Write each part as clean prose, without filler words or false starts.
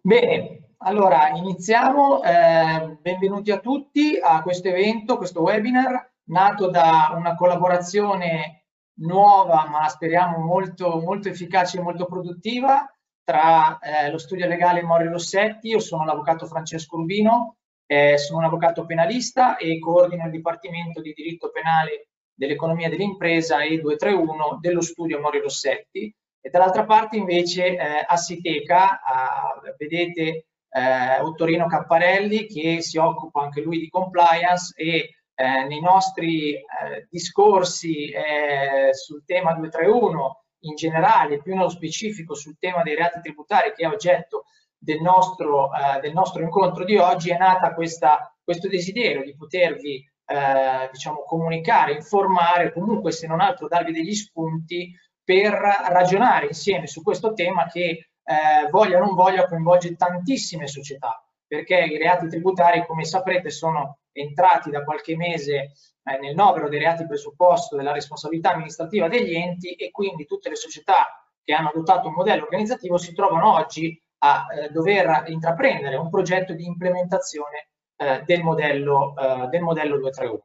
Bene, allora iniziamo. Benvenuti a tutti a questo evento, questo webinar, nato da una collaborazione nuova, ma speriamo molto efficace e molto produttiva, tra lo studio legale Mori Rossetti. Io sono l'avvocato Francesco Rubino, sono un avvocato penalista e coordino il Dipartimento di Diritto Penale dell'Economia dell'Impresa e 231 dello studio Mori Rossetti. E dall'altra parte invece a Siteca vedete Ottorino Capparelli, che si occupa anche lui di compliance e nei nostri discorsi sul tema 231 in generale, più nello specifico sul tema dei reati tributari, che è oggetto del nostro incontro di oggi, è nata questo desiderio di potervi diciamo, comunicare, informare, comunque se non altro darvi degli spunti per ragionare insieme su questo tema che voglia o non voglia coinvolge tantissime società, perché i reati tributari, come saprete, sono entrati da qualche mese nel novero dei reati presupposto della responsabilità amministrativa degli enti, e quindi tutte le società che hanno adottato un modello organizzativo si trovano oggi a dover intraprendere un progetto di implementazione del modello 231.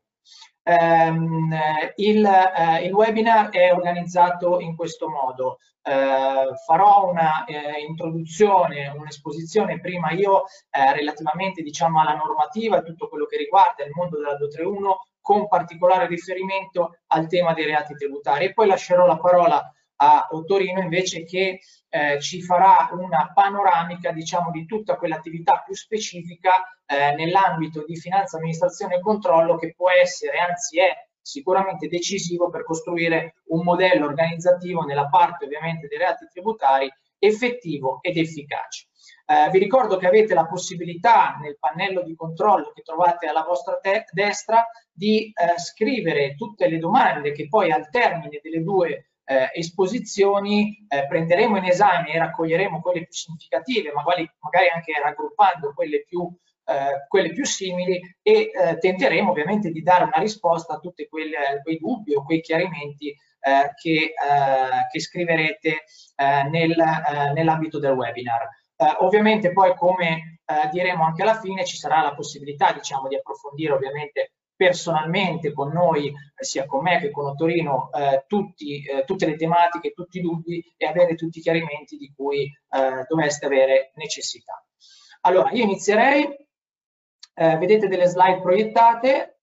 Il webinar è organizzato in questo modo. Farò una introduzione, un'esposizione prima io relativamente diciamo alla normativa e tutto quello che riguarda il mondo della 231, con particolare riferimento al tema dei reati tributari, e poi lascerò la parola a Ottorino invece, che ci farà una panoramica diciamo di tutta quell'attività più specifica nell'ambito di finanza, amministrazione e controllo, che può essere, anzi è sicuramente decisivo per costruire un modello organizzativo nella parte ovviamente dei reati tributari effettivo ed efficace. Vi ricordo che avete la possibilità nel pannello di controllo che trovate alla vostra destra di scrivere tutte le domande che poi al termine delle due esposizioni prenderemo in esame e raccoglieremo quelle più significative, magari anche raggruppando quelle più simili, e tenteremo ovviamente di dare una risposta a tutti quei dubbi o quei chiarimenti che scriverete nell'ambito del webinar. Ovviamente poi, come diremo anche alla fine, ci sarà la possibilità diciamo di approfondire ovviamente personalmente con noi, sia con me che con Ottorino, tutte le tematiche, tutti i dubbi, e avere tutti i chiarimenti di cui dovreste avere necessità. Allora, io inizierei. Vedete delle slide proiettate?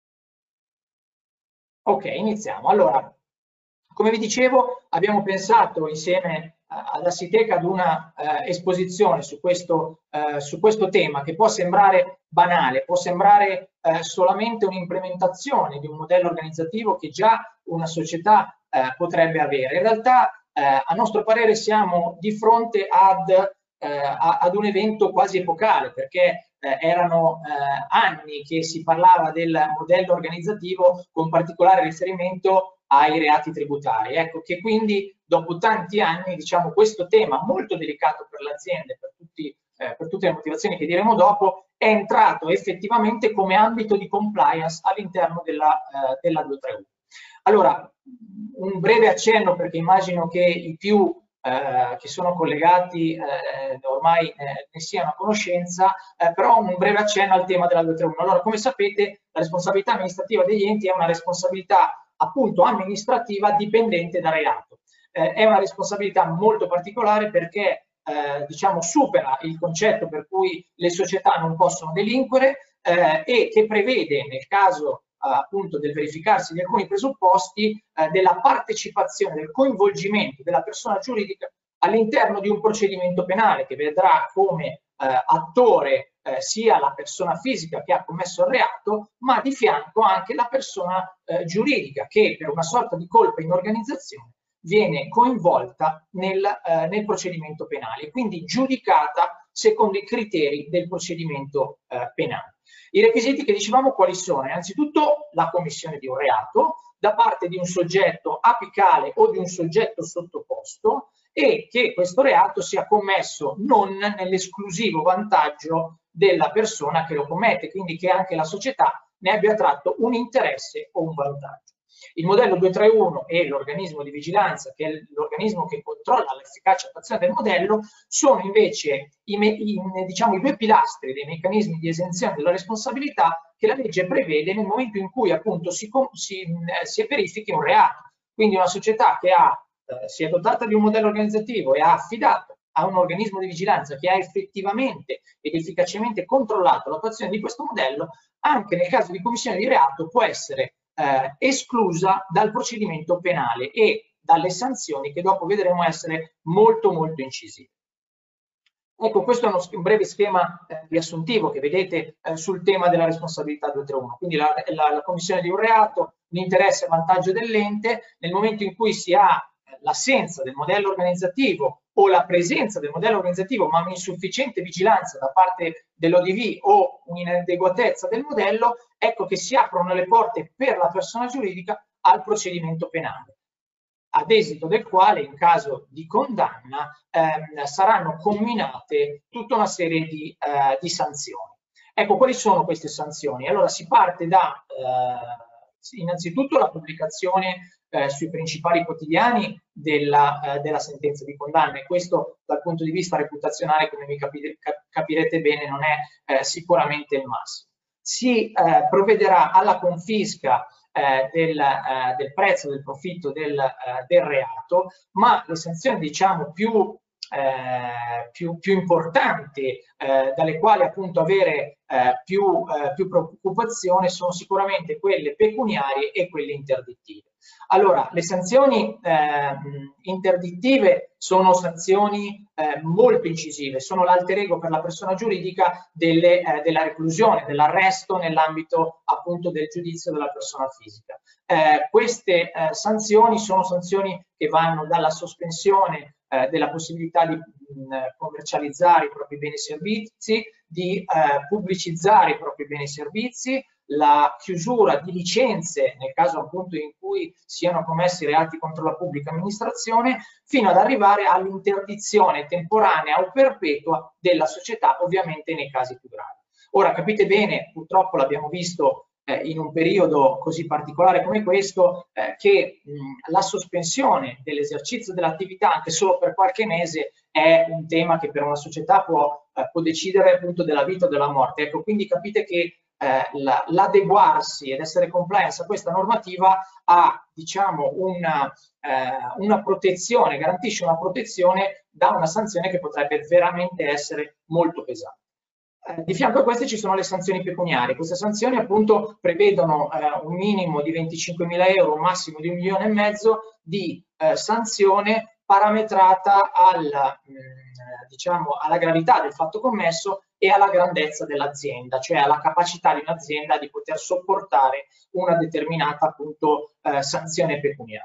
Ok, iniziamo. Allora, come vi dicevo, abbiamo pensato insieme ad Assiteca ad una esposizione su questo tema, che può sembrare banale, può sembrare solamente un'implementazione di un modello organizzativo che già una società potrebbe avere. In realtà, a nostro parere, siamo di fronte ad un evento quasi epocale, perché erano anni che si parlava del modello organizzativo con particolare riferimento ai reati tributari. Ecco che quindi dopo tanti anni, diciamo, questo tema molto delicato per l'azienda, per tutte le motivazioni che diremo dopo, è entrato effettivamente come ambito di compliance all'interno della 231. Allora, un breve accenno, perché immagino che i più che sono collegati ormai ne siano a conoscenza, però un breve accenno al tema della 231. Allora, come sapete, la responsabilità amministrativa degli enti è una responsabilità appunto amministrativa dipendente da reato. È una responsabilità molto particolare perché diciamo supera il concetto per cui le società non possono delinquere e che prevede, nel caso appunto del verificarsi di alcuni presupposti, della partecipazione, del coinvolgimento della persona giuridica all'interno di un procedimento penale, che vedrà come attore sia la persona fisica che ha commesso il reato, ma di fianco anche la persona giuridica, che per una sorta di colpa in organizzazione viene coinvolta nel procedimento penale, quindi giudicata secondo i criteri del procedimento penale. I requisiti che dicevamo quali sono? Innanzitutto la commissione di un reato da parte di un soggetto apicale o di un soggetto sottoposto, e che questo reato sia commesso non nell'esclusivo vantaggio della persona che lo commette, quindi che anche la società ne abbia tratto un interesse o un vantaggio. Il modello 231 e l'organismo di vigilanza, che è l'organismo che controlla l'efficacia attuazione del modello, sono invece diciamo, i due pilastri dei meccanismi di esenzione della responsabilità che la legge prevede nel momento in cui appunto si verifichi un reato. Quindi una società che si è dotata di un modello organizzativo e ha affidato a un organismo di vigilanza che ha effettivamente ed efficacemente controllato l'attuazione di questo modello, anche nel caso di commissione di reato può essere esclusa dal procedimento penale e dalle sanzioni che dopo vedremo essere molto molto incisive. Ecco, questo è un breve schema riassuntivo che vedete sul tema della responsabilità 231. Quindi la commissione di un reato, l'interesse e vantaggio dell'ente, nel momento in cui si ha l'assenza del modello organizzativo o la presenza del modello organizzativo ma un'insufficiente vigilanza da parte dell'ODV o un'inadeguatezza del modello, ecco che si aprono le porte per la persona giuridica al procedimento penale, ad esito del quale in caso di condanna saranno comminate tutta una serie di sanzioni. Ecco, quali sono queste sanzioni? Allora si parte da innanzitutto la pubblicazione sui principali quotidiani della sentenza di condanna, e questo dal punto di vista reputazionale, come mi capirete bene, non è sicuramente il massimo. Si provvederà alla confisca del prezzo, del profitto del reato, ma le sanzioni diciamo più importanti, dalle quali appunto avere più preoccupazione, sono sicuramente quelle pecuniarie e quelle interdittive. Allora, le sanzioni interdittive sono sanzioni molto incisive, sono l'alter ego per la persona giuridica della reclusione, dell'arresto nell'ambito appunto del giudizio della persona fisica. Queste sanzioni sono sanzioni che vanno dalla sospensione della possibilità di commercializzare i propri beni e servizi, di pubblicizzare i propri beni e servizi, la chiusura di licenze nel caso appunto in cui siano commessi reati contro la pubblica amministrazione, fino ad arrivare all'interdizione temporanea o perpetua della società, ovviamente nei casi più gravi. Ora capite bene, purtroppo l'abbiamo visto in un periodo così particolare come questo, che la sospensione dell'esercizio dell'attività anche solo per qualche mese è un tema che per una società può decidere appunto della vita o della morte. Ecco, quindi capite che l'adeguarsi ed essere compliance a questa normativa ha diciamo una protezione, garantisce una protezione da una sanzione che potrebbe veramente essere molto pesante. Di fianco a queste ci sono le sanzioni pecuniarie. Queste sanzioni appunto prevedono un minimo di 25.000 euro, un massimo di 1,5 milioni di sanzione parametrata diciamo, alla gravità del fatto commesso e alla grandezza dell'azienda, cioè alla capacità di un'azienda di poter sopportare una determinata appunto sanzione pecuniaria.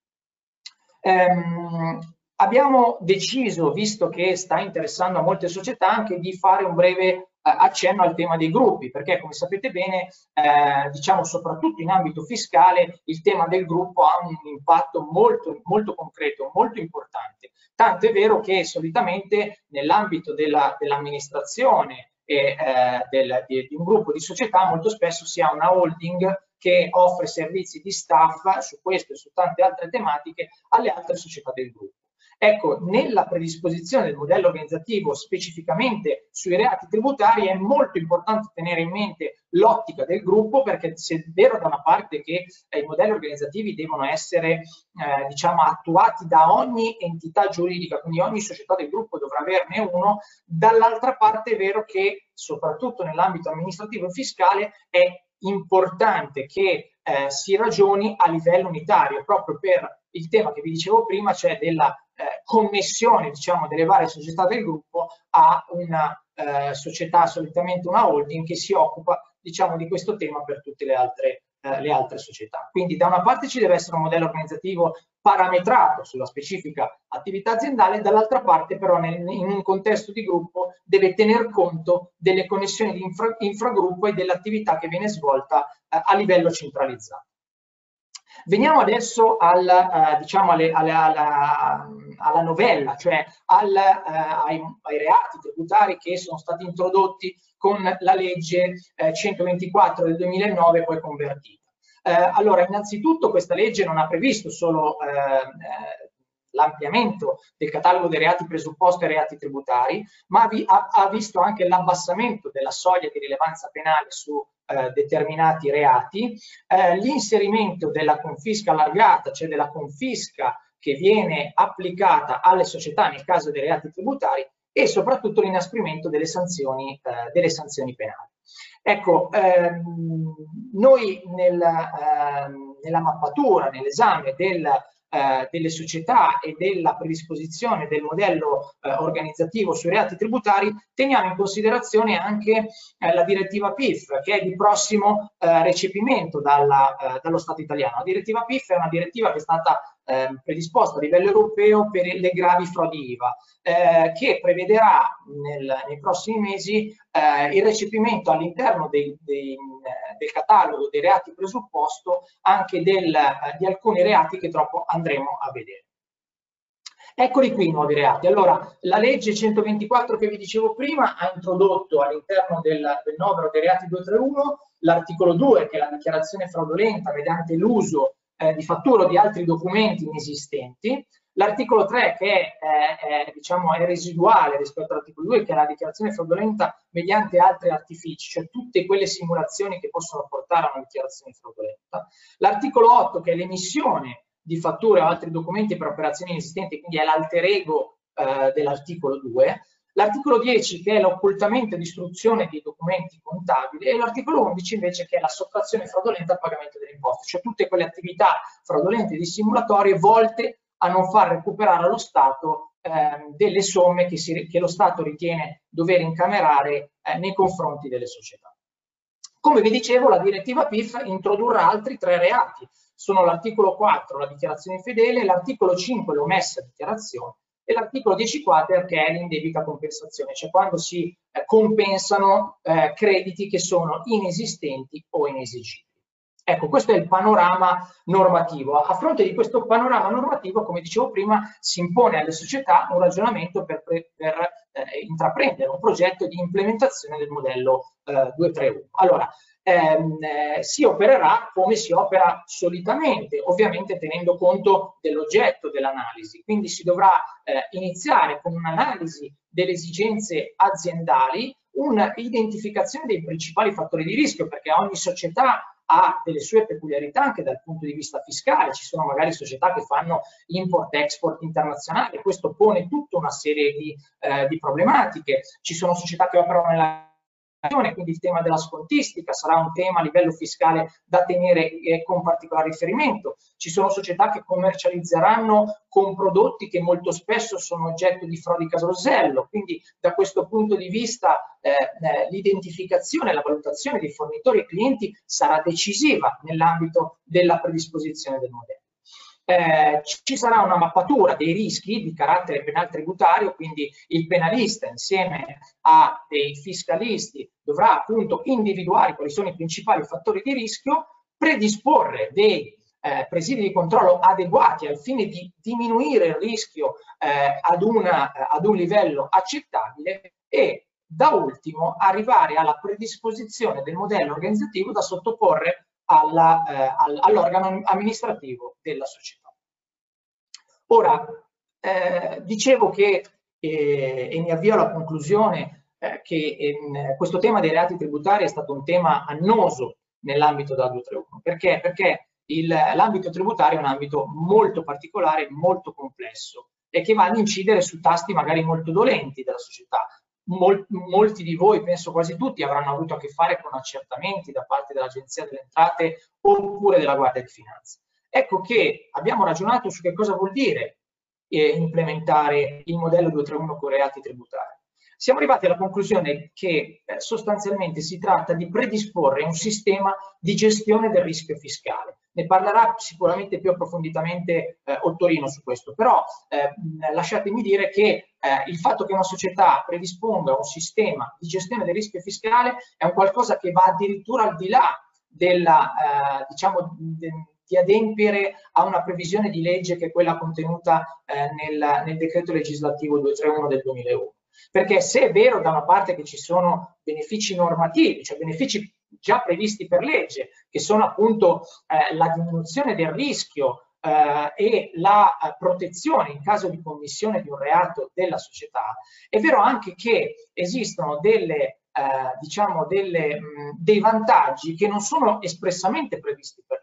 Abbiamo deciso, visto che sta interessando a molte società, anche di fare un breve accenno al tema dei gruppi, perché come sapete bene, diciamo soprattutto in ambito fiscale, il tema del gruppo ha un impatto molto, molto concreto, molto importante. Tanto è vero che solitamente nell'ambito dell'amministrazione e di un gruppo di società molto spesso si ha una holding che offre servizi di staff su questo e su tante altre tematiche alle altre società del gruppo. Ecco, nella predisposizione del modello organizzativo specificamente sui reati tributari è molto importante tenere in mente l'ottica del gruppo, perché se è vero da una parte che i modelli organizzativi devono essere diciamo attuati da ogni entità giuridica, quindi ogni società del gruppo dovrà averne uno, dall'altra parte è vero che soprattutto nell'ambito amministrativo e fiscale è importante che si ragioni a livello unitario, proprio per il tema che vi dicevo prima, cioè della connessione diciamo delle varie società del gruppo a una società, solitamente una holding, che si occupa diciamo di questo tema per tutte le altre società. Quindi da una parte ci deve essere un modello organizzativo parametrato sulla specifica attività aziendale, dall'altra parte però in un contesto di gruppo deve tener conto delle connessioni di infragruppo e dell'attività che viene svolta a livello centralizzato. Veniamo adesso diciamo alla novella, cioè ai reati tributari che sono stati introdotti con la legge 124 del 2009 poi convertita. Allora, innanzitutto questa legge non ha previsto solo l'ampliamento del catalogo dei reati presupposti ai reati tributari, ma ha visto anche l'abbassamento della soglia di rilevanza penale su determinati reati, l'inserimento della confisca allargata, cioè della confisca che viene applicata alle società nel caso dei reati tributari, e soprattutto l'inasprimento delle sanzioni penali. Ecco, noi nella mappatura, nell'esame delle società e della predisposizione del modello organizzativo sui reati tributari, teniamo in considerazione anche la direttiva PIF, che è di prossimo recepimento dallo Stato italiano. La direttiva PIF è una direttiva che è stata predisposta a livello europeo per le gravi frodi IVA, che prevederà nei prossimi mesi il recepimento all'interno del catalogo dei reati presupposto anche di alcuni reati che dopo andremo a vedere. Eccoli qui i nuovi reati. Allora, la legge 124 che vi dicevo prima ha introdotto all'interno del novero dei reati 231 l'articolo 2, che è la dichiarazione fraudolenta mediante l'uso di fattura o di altri documenti inesistenti, l'articolo 3 che diciamo, è residuale rispetto all'articolo 2, che è la dichiarazione fraudolenta mediante altri artifici, cioè tutte quelle simulazioni che possono portare a una dichiarazione fraudolenta, l'articolo 8 che è l'emissione di fatture o altri documenti per operazioni inesistenti, quindi è l'alter ego dell'articolo 2, l'articolo 10 che è l'occultamento e distruzione dei documenti contabili, e l'articolo 11 invece che è la sottrazione fraudolenta al pagamento delle imposte, cioè tutte quelle attività fraudolente e dissimulatorie volte a non far recuperare allo Stato delle somme che lo Stato ritiene dover incamerare nei confronti delle società. Come vi dicevo, la direttiva PIF introdurrà altri 3 reati. Sono l'articolo 4, la dichiarazione infedele, l'articolo 5, l'omessa dichiarazione, e l'articolo 10 quater che è l'indebita compensazione, cioè quando si compensano crediti che sono inesistenti o inesigibili. Ecco, questo è il panorama normativo. A fronte di questo panorama normativo, come dicevo prima, si impone alle società un ragionamento per intraprendere un progetto di implementazione del modello 231. Allora, si opererà come si opera solitamente, ovviamente tenendo conto dell'oggetto dell'analisi. Quindi si dovrà iniziare con un'analisi delle esigenze aziendali, un'identificazione dei principali fattori di rischio, perché ogni società ha delle sue peculiarità anche dal punto di vista fiscale. Ci sono magari società che fanno import-export internazionale, questo pone tutta una serie di problematiche. Ci sono società che operano nella quindi il tema della scontistica sarà un tema a livello fiscale da tenere con particolare riferimento. Ci sono società che commercializzeranno con prodotti che molto spesso sono oggetto di frodi carosello, quindi da questo punto di vista l'identificazione e la valutazione dei fornitori e clienti sarà decisiva nell'ambito della predisposizione del modello. Ci sarà una mappatura dei rischi di carattere penale tributario, quindi il penalista insieme a dei fiscalisti dovrà appunto individuare quali sono i principali fattori di rischio, predisporre dei presidi di controllo adeguati al fine di diminuire il rischio ad un livello accettabile e da ultimo arrivare alla predisposizione del modello organizzativo da sottoporre all'organo amministrativo della società. Ora, dicevo che, e mi avvio alla conclusione, che questo tema dei reati tributari è stato un tema annoso nell'ambito della 231. Perché? Perché l'ambito tributario è un ambito molto particolare, molto complesso e che va ad incidere su tasti magari molto dolenti della società. Molti di voi, penso quasi tutti, avranno avuto a che fare con accertamenti da parte dell'Agenzia delle Entrate oppure della Guardia di Finanza. Ecco che abbiamo ragionato su che cosa vuol dire implementare il modello 231 con reati tributari. Siamo arrivati alla conclusione che sostanzialmente si tratta di predisporre un sistema di gestione del rischio fiscale. Ne parlerà sicuramente più approfonditamente Ottorino su questo, però lasciatemi dire che il fatto che una società predisponga un sistema di gestione del rischio fiscale è un qualcosa che va addirittura al di là della, diciamo, di adempiere a una previsione di legge che è quella contenuta nel decreto legislativo 231 del 2001. Perché se è vero da una parte che ci sono benefici normativi, cioè benefici già previsti per legge, che sono appunto la diminuzione del rischio e la protezione in caso di commissione di un reato della società, è vero anche che esistono diciamo dei vantaggi che non sono espressamente previsti per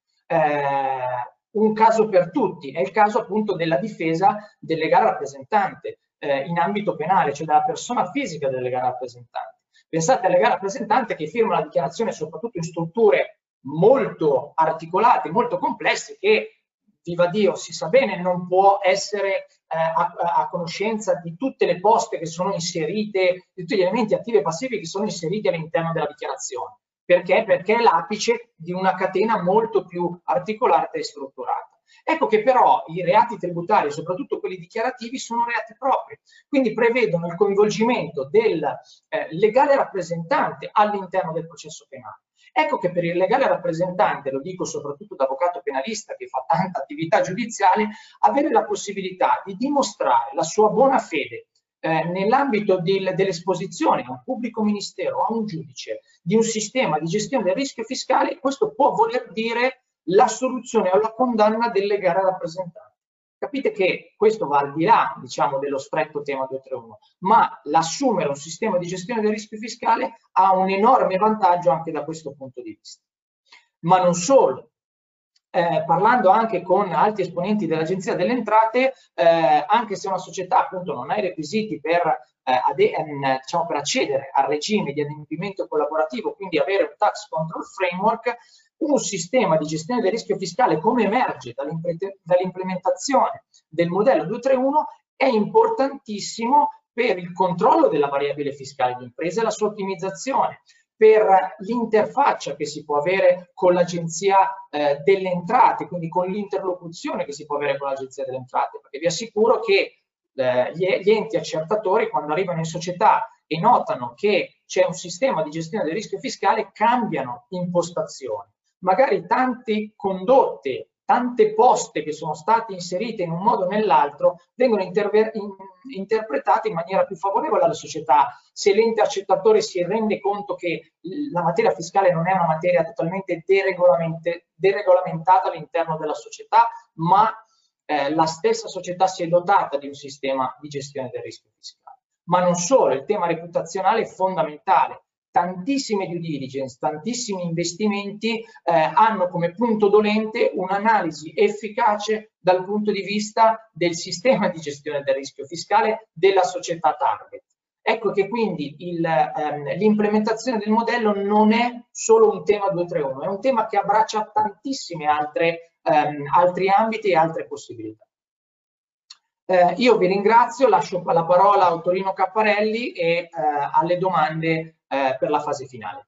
legge. Un caso per tutti è il caso appunto della difesa del legale rappresentante in ambito penale, cioè della persona fisica del legale rappresentante. Pensate al legale rappresentante che firma la dichiarazione soprattutto in strutture molto articolate, molto complesse, che viva Dio, si sa bene, non può essere a conoscenza di tutte le poste che sono inserite, di tutti gli elementi attivi e passivi che sono inseriti all'interno della dichiarazione. Perché? Perché è l'apice di una catena molto più articolata e strutturata. Ecco che però i reati tributari, soprattutto quelli dichiarativi, sono reati propri, quindi prevedono il coinvolgimento del legale rappresentante all'interno del processo penale. Ecco che per il legale rappresentante, lo dico soprattutto da avvocato penalista che fa tanta attività giudiziale, avere la possibilità di dimostrare la sua buona fede nell'ambito dell'esposizione a un pubblico ministero, a un giudice, di un sistema di gestione del rischio fiscale, questo può voler dire l'assoluzione o la condanna del legale rappresentante. Capite che questo va al di là, diciamo, dello stretto tema 231, ma l'assumere un sistema di gestione del rischio fiscale ha un enorme vantaggio anche da questo punto di vista. Ma non solo. Parlando anche con altri esponenti dell'Agenzia delle Entrate, anche se una società appunto non ha i requisiti per accedere al regime di adempimento collaborativo, quindi avere un tax control framework, un sistema di gestione del rischio fiscale come emerge dall'implementazione del modello 231 è importantissimo per il controllo della variabile fiscale di impresa e la sua ottimizzazione, per l'interfaccia che si può avere con l'Agenzia delle Entrate, quindi con l'interlocuzione che si può avere con l'Agenzia delle Entrate, perché vi assicuro che gli enti accertatori, quando arrivano in società e notano che c'è un sistema di gestione del rischio fiscale, cambiano impostazione. Magari tante condotte, tante poste che sono state inserite in un modo o nell'altro vengono interpretate in maniera più favorevole alla società. Se l'ente accettatore si rende conto che la materia fiscale non è una materia totalmente deregolamentata all'interno della società, ma la stessa società si è dotata di un sistema di gestione del rischio fiscale. Ma non solo, il tema reputazionale è fondamentale. Tantissime due diligence, tantissimi investimenti hanno come punto dolente un'analisi efficace dal punto di vista del sistema di gestione del rischio fiscale della società target. Ecco che quindi l'implementazione del modello non è solo un tema 231, è un tema che abbraccia tantissime altri ambiti e altre possibilità. Io vi ringrazio, lascio la parola a Torino Capparelli e alle domande per la fase finale.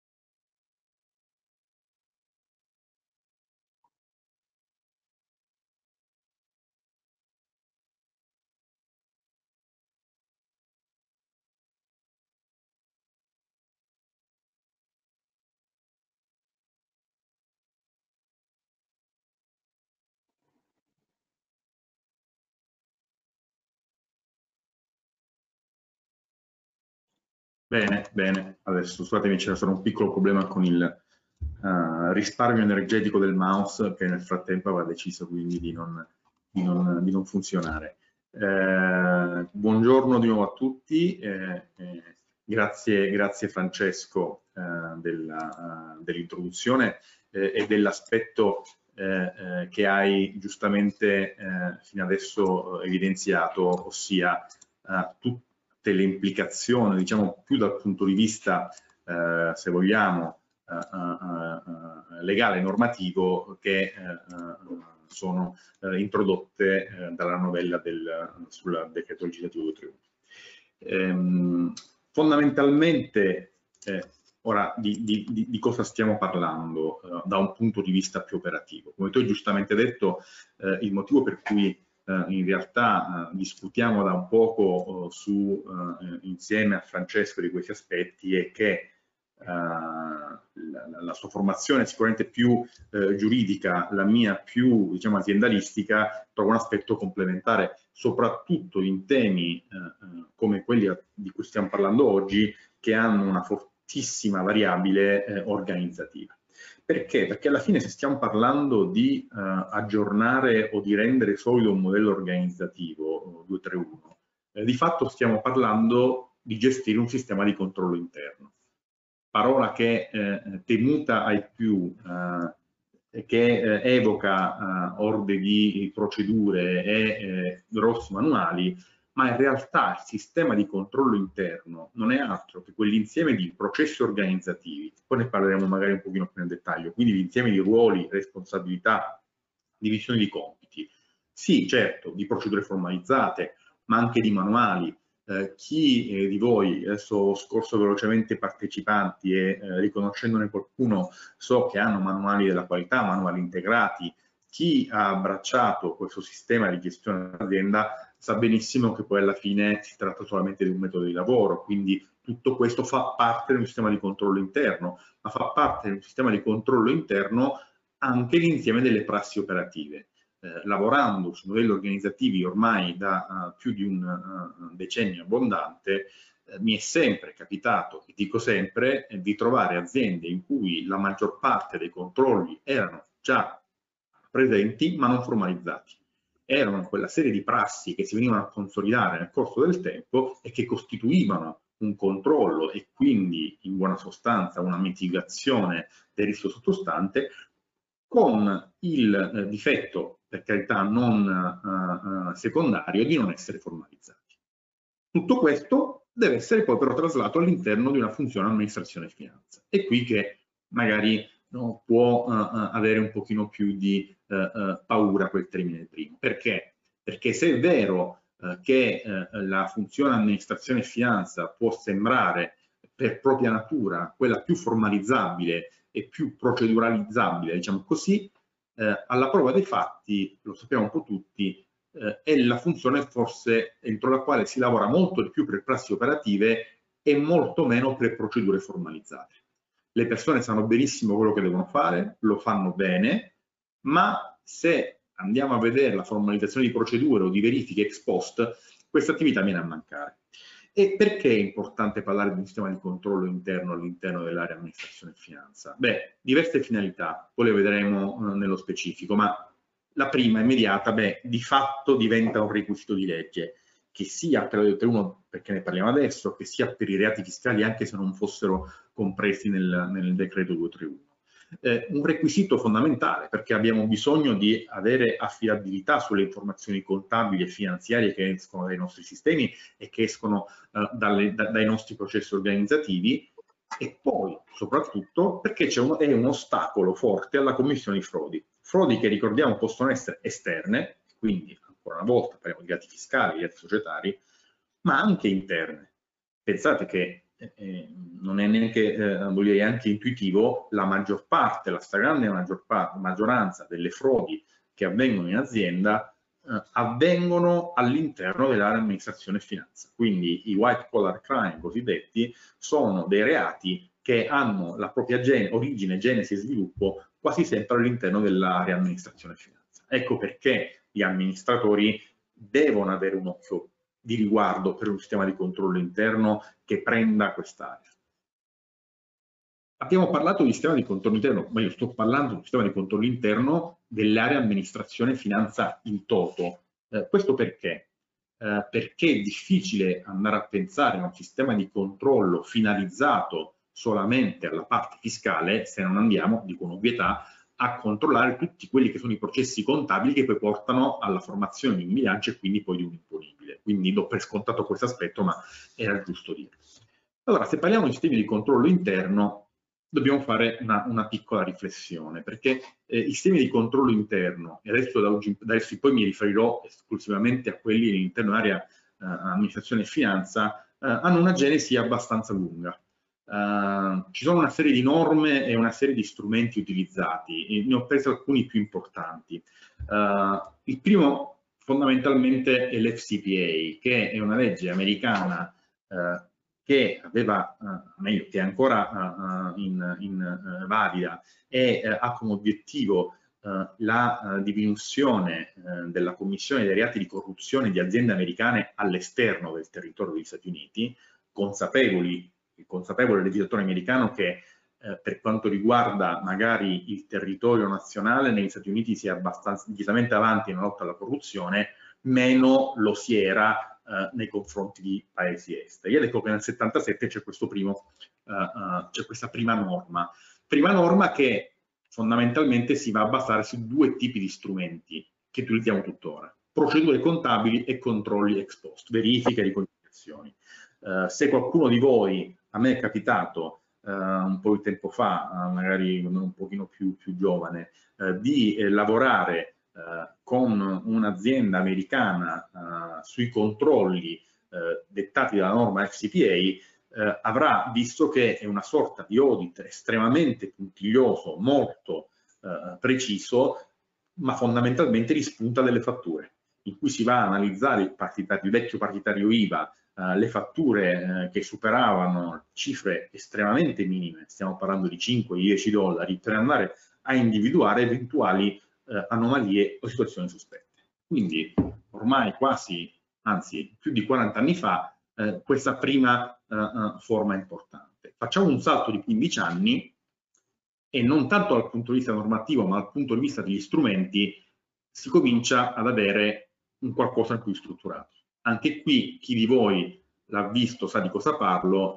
Bene, bene. Adesso scusatemi, c'era solo un piccolo problema con il risparmio energetico del mouse che nel frattempo aveva deciso quindi di non funzionare. Buongiorno di nuovo a tutti, grazie Francesco dell'introduzione e dell'aspetto che hai giustamente fino adesso evidenziato, ossia tutte le implicazioni, diciamo più dal punto di vista, se vogliamo, legale e normativo che sono introdotte dalla novella sul decreto legislativo 231. Fondamentalmente, ora di cosa stiamo parlando da un punto di vista più operativo? Come tu hai giustamente detto, il motivo per cui in realtà discutiamo da un poco insieme a Francesco di questi aspetti è che la sua formazione è sicuramente più giuridica, la mia più, diciamo, aziendalistica, trova un aspetto complementare, soprattutto in temi come quelli di cui stiamo parlando oggi, che hanno un'altissima variabile organizzativa. Perché? Perché alla fine, se stiamo parlando di aggiornare o di rendere solido un modello organizzativo 231, di fatto stiamo parlando di gestire un sistema di controllo interno, parola che temuta ai più, che evoca orde di procedure e grossi manuali, ma in realtà il sistema di controllo interno non è altro che quell'insieme di processi organizzativi, poi ne parleremo magari un pochino più nel dettaglio, quindi l'insieme di ruoli, responsabilità, divisioni di compiti, sì certo di procedure formalizzate, ma anche di manuali. Chi di voi, adesso scorso velocemente i partecipanti e riconoscendone qualcuno, so che hanno manuali della qualità, manuali integrati, chi ha abbracciato questo sistema di gestione dell'azienda sa benissimo che poi alla fine si tratta solamente di un metodo di lavoro, quindi tutto questo fa parte di un sistema di controllo interno, ma fa parte di un sistema di controllo interno anche l'insieme delle prassi operative. Lavorando su modelli organizzativi ormai da più di un decennio abbondante, mi è sempre capitato, e dico sempre, di trovare aziende in cui la maggior parte dei controlli erano già presenti ma non formalizzati. Erano quella serie di prassi che si venivano a consolidare nel corso del tempo e che costituivano un controllo e quindi in buona sostanza una mitigazione del rischio sottostante, con il difetto, per carità non secondario, di non essere formalizzati. Tutto questo deve essere poi però traslato all'interno di una funzione amministrazione e finanza. È qui che magari può avere un pochino più di paura quel termine primo. Perché? Perché se è vero che la funzione amministrazione e finanza può sembrare per propria natura quella più formalizzabile e più proceduralizzabile, diciamo così, alla prova dei fatti, lo sappiamo un po' tutti, è la funzione forse entro la quale si lavora molto di più per prassi operative e molto meno per procedure formalizzate. Le persone sanno benissimo quello che devono fare, lo fanno bene, ma se andiamo a vedere la formalizzazione di procedure o di verifiche ex post, questa attività viene a mancare. E perché è importante parlare di un sistema di controllo interno all'interno dell'area amministrazione e finanza? Beh, diverse finalità, poi le vedremo nello specifico, ma la prima immediata, di fatto diventa un requisito di legge, che sia per la 231, perché ne parliamo adesso, che sia per i reati fiscali, anche se non fossero compresi nel decreto 231. Un requisito fondamentale, perché abbiamo bisogno di avere affidabilità sulle informazioni contabili e finanziarie che escono dai nostri sistemi e che escono dai nostri processi organizzativi, e poi soprattutto perché è un ostacolo forte alla commissione di frodi che, ricordiamo, possono essere esterne, quindi ancora una volta parliamo di reati fiscali, reati societari, ma anche interne. Pensate che non è neanche, voglio dire, anche intuitivo, la maggior parte, la stragrande maggioranza delle frodi che avvengono in azienda avvengono all'interno dell'area amministrazione e finanza. Quindi i white collar crime cosiddetti sono dei reati che hanno la propria origine, genesi e sviluppo quasi sempre all'interno dell'area amministrazione e finanza. Ecco perché gli amministratori devono avere un occhio di riguardo per un sistema di controllo interno che prenda quest'area. Abbiamo parlato di sistema di controllo interno, ma io sto parlando di un sistema di controllo interno dell'area amministrazione e finanza in toto. Questo perché? Perché è difficile andare a pensare a un sistema di controllo finalizzato solamente alla parte fiscale se non andiamo, dico un'ovvietà, a controllare tutti quelli che sono i processi contabili che poi portano alla formazione di un bilancio e quindi poi di un imponibile. Quindi do per scontato questo aspetto, ma era giusto dirlo. Allora, se parliamo di sistemi di controllo interno, dobbiamo fare una piccola riflessione, perché i sistemi di controllo interno, e adesso da adesso poi mi riferirò esclusivamente a quelli all'interno dell'area amministrazione e finanza, hanno una genesi abbastanza lunga. Ci sono una serie di norme e una serie di strumenti utilizzati, e ne ho preso alcuni più importanti. Il primo fondamentalmente è l'FCPA, che è una legge americana che aveva, meglio, che è ancora valida e ha come obiettivo la diminuzione della commissione dei reati di corruzione di aziende americane all'esterno del territorio degli Stati Uniti, consapevoli consapevole legislatore americano che per quanto riguarda magari il territorio nazionale, negli Stati Uniti si è abbastanza decisamente avanti nella lotta alla corruzione, meno lo si era nei confronti di paesi esteri. Ed ecco che nel 77 c'è questa prima norma che fondamentalmente si va a basare su due tipi di strumenti che utilizziamo tuttora: procedure contabili e controlli ex post, verifiche e riconciliazioni. Se qualcuno di voi, a me è capitato un po' di tempo fa, magari un pochino più giovane, di lavorare con un'azienda americana sui controlli dettati dalla norma FCPA, avrà visto che è una sorta di audit estremamente puntiglioso, molto preciso, ma fondamentalmente rispunta delle fatture, in cui si va a analizzare il vecchio partitario IVA, le fatture che superavano cifre estremamente minime, stiamo parlando di 5-10 dollari, per andare a individuare eventuali anomalie o situazioni sospette. Quindi ormai anzi più di 40 anni fa, questa prima forma importante. Facciamo un salto di 15 anni e non tanto dal punto di vista normativo, ma dal punto di vista degli strumenti, si comincia ad avere un qualcosa più strutturato. Anche qui chi di voi l'ha visto sa di cosa parlo,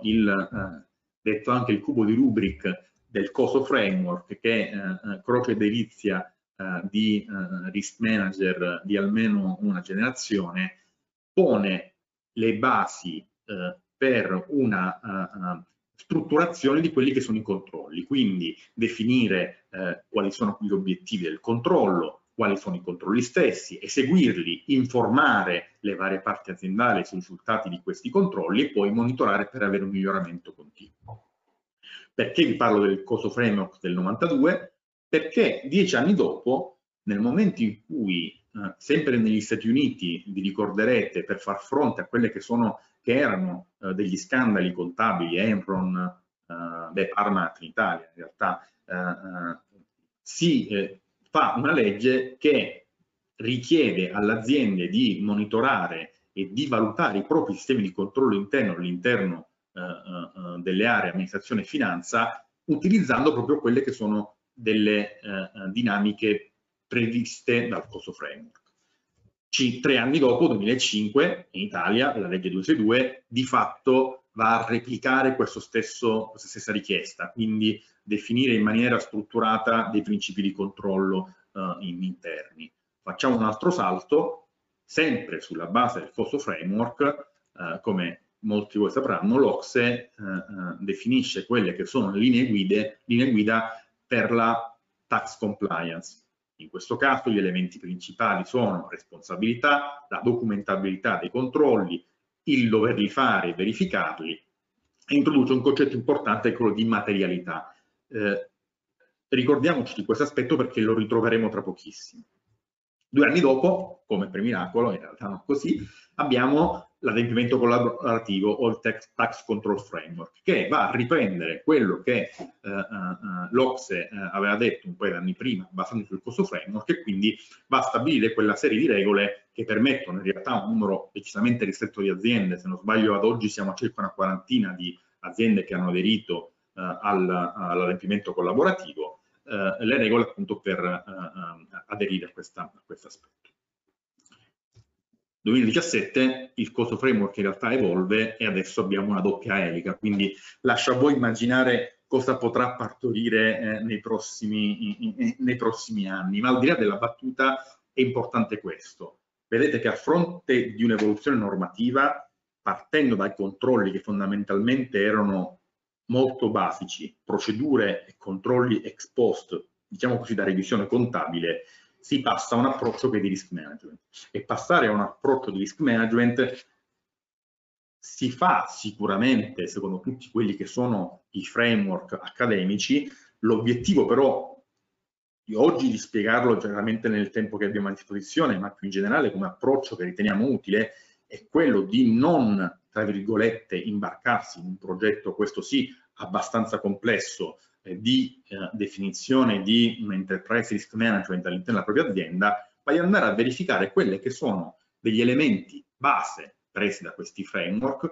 detto anche il cubo di Rubrik del COSO Framework, che croce delizia di risk manager di almeno una generazione, pone le basi per una strutturazione di quelli che sono i controlli, quindi definire quali sono gli obiettivi del controllo, quali sono i controlli stessi, eseguirli, informare le varie parti aziendali sui risultati di questi controlli e poi monitorare per avere un miglioramento continuo. Perché vi parlo del COSO Framework del 92? Perché 10 anni dopo, nel momento in cui, sempre negli Stati Uniti, vi ricorderete, per far fronte a quelle che erano degli scandali contabili, Enron, Parmalat in Italia, in realtà, si fa una legge che richiede alle aziende di monitorare e di valutare i propri sistemi di controllo interno all'interno delle aree amministrazione e finanza, utilizzando proprio quelle che sono delle dinamiche previste dal COSO Framework. 3 anni dopo, 2005, in Italia, la legge 262 di fatto va a replicare questa stessa richiesta, quindi definire in maniera strutturata dei principi di controllo interni. Facciamo un altro salto, sempre sulla base del COSO Framework, come molti di voi sapranno, l'OCSE definisce quelle che sono le linee guida per la tax compliance. In questo caso gli elementi principali sono responsabilità, la documentabilità dei controlli, il doverli fare e verificarli, e introduce un concetto importante, quello di materialità. Ricordiamoci di questo aspetto perché lo ritroveremo tra pochissimo. 2 anni dopo, come per miracolo, in realtà non così, abbiamo l'adempimento collaborativo o il Tax Control Framework, che va a riprendere quello che l'OCSE aveva detto un paio di anni prima, basandosi sul COSO Framework, e quindi va a stabilire quella serie di regole che permettono in realtà un numero decisamente ristretto di aziende. Se non sbaglio, ad oggi siamo a circa una quarantina di aziende che hanno aderito all'adempimento collaborativo, le regole appunto per aderire a questo aspetto. 2017 il COSO Framework in realtà evolve e adesso abbiamo una doppia elica, quindi lascio a voi immaginare cosa potrà partorire nei prossimi anni, ma al di là della battuta è importante questo. Vedete che a fronte di un'evoluzione normativa, partendo dai controlli che fondamentalmente erano molto basici, procedure e controlli ex post, diciamo così da revisione contabile, si passa a un approccio che è di risk management. E passare a un approccio di risk management si fa sicuramente secondo tutti quelli che sono i framework accademici. L'obiettivo però di oggi di spiegarlo generalmente nel tempo che abbiamo a disposizione, ma più in generale come approccio che riteniamo utile, è quello di non, tra virgolette, imbarcarsi in un progetto, questo sì, abbastanza complesso, di definizione di un enterprise risk management all'interno della propria azienda, ma di andare a verificare quelle che sono degli elementi base presi da questi framework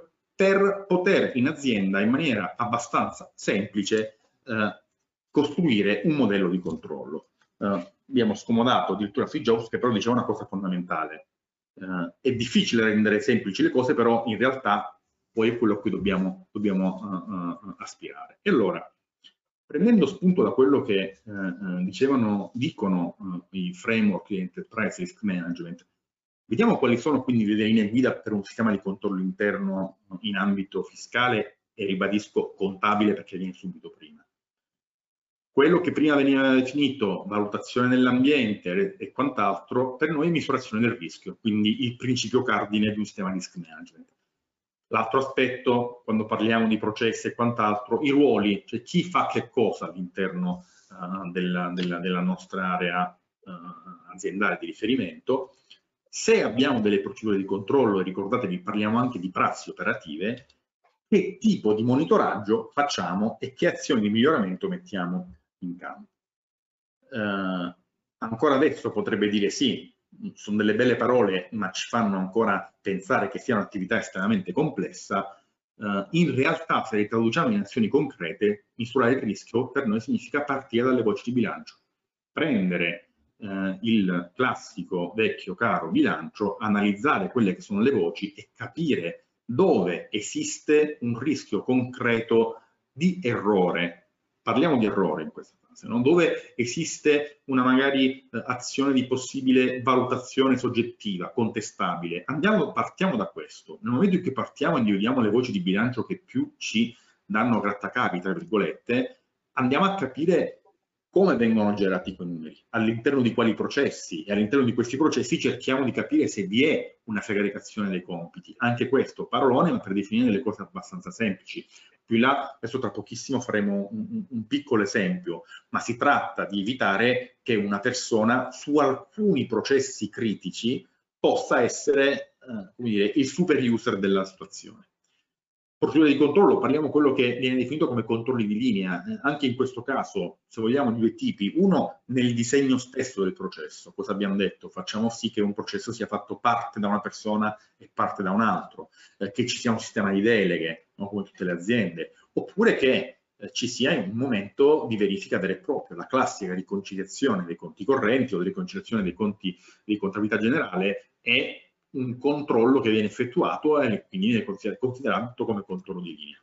per poter in azienda in maniera abbastanza semplice costruire un modello di controllo. Abbiamo scomodato addirittura Steve Jobs, che però diceva una cosa fondamentale. È difficile rendere semplici le cose, però in realtà poi è quello a cui dobbiamo aspirare. E allora, prendendo spunto da quello che dicono i framework di Enterprise Risk Management, vediamo quali sono quindi le linee guida per un sistema di controllo interno in ambito fiscale e, ribadisco, contabile, perché viene subito prima. Quello che prima veniva definito valutazione dell'ambiente e quant'altro, per noi è misurazione del rischio, quindi il principio cardine di un sistema di risk management. L'altro aspetto, quando parliamo di processi e quant'altro, i ruoli, cioè chi fa che cosa all'interno della nostra area aziendale di riferimento. Se abbiamo delle procedure di controllo, e ricordatevi, parliamo anche di prassi operative, che tipo di monitoraggio facciamo e che azioni di miglioramento mettiamo in campo. Ancora adesso potrebbe dire sì, sono delle belle parole, ma ci fanno ancora pensare che sia un'attività estremamente complessa. In realtà, se le traduciamo in azioni concrete, misurare il rischio per noi significa partire dalle voci di bilancio, prendere il classico vecchio caro bilancio, analizzare quelle che sono le voci e capire dove esiste un rischio concreto di errore. Parliamo di errore in questa fase, no? Dove esiste una magari azione di possibile valutazione soggettiva, contestabile. Partiamo da questo. Nel momento in cui partiamo e individuiamo le voci di bilancio che più ci danno grattacapi, tra virgolette, andiamo a capire come vengono generati quei numeri, all'interno di quali processi, e all'interno di questi processi cerchiamo di capire se vi è una segregazione dei compiti. Anche questo, parolone, ma per definire delle cose abbastanza semplici. Più in là, adesso tra pochissimo faremo un piccolo esempio, ma si tratta di evitare che una persona su alcuni processi critici possa essere come dire, il super user della situazione. Procedure di controllo, parliamo di quello che viene definito come controlli di linea. Anche in questo caso, se vogliamo, di due tipi. Uno, nel disegno stesso del processo. Cosa abbiamo detto? Facciamo sì che un processo sia fatto parte da una persona e parte da un altro, che ci sia un sistema di deleghe, no? Come tutte le aziende, oppure che ci sia un momento di verifica vera e propria, la classica riconciliazione dei conti correnti o di riconciliazione dei conti di contabilità generale è un controllo che viene effettuato e quindi viene considerato come controllo di linea.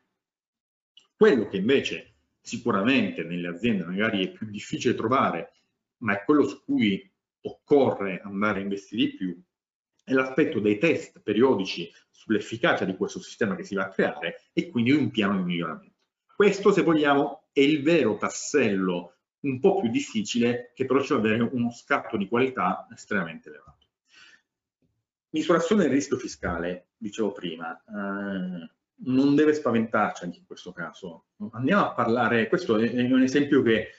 Quello che invece sicuramente nelle aziende magari è più difficile trovare, ma è quello su cui occorre andare a investire di più, è l'aspetto dei test periodici sull'efficacia di questo sistema che si va a creare e quindi un piano di miglioramento. Questo, se vogliamo, è il vero tassello un po' più difficile, che però ci va ad avere uno scatto di qualità estremamente elevato. Misurazione del rischio fiscale, dicevo prima, non deve spaventarci anche in questo caso. Andiamo a parlare, questo è un esempio che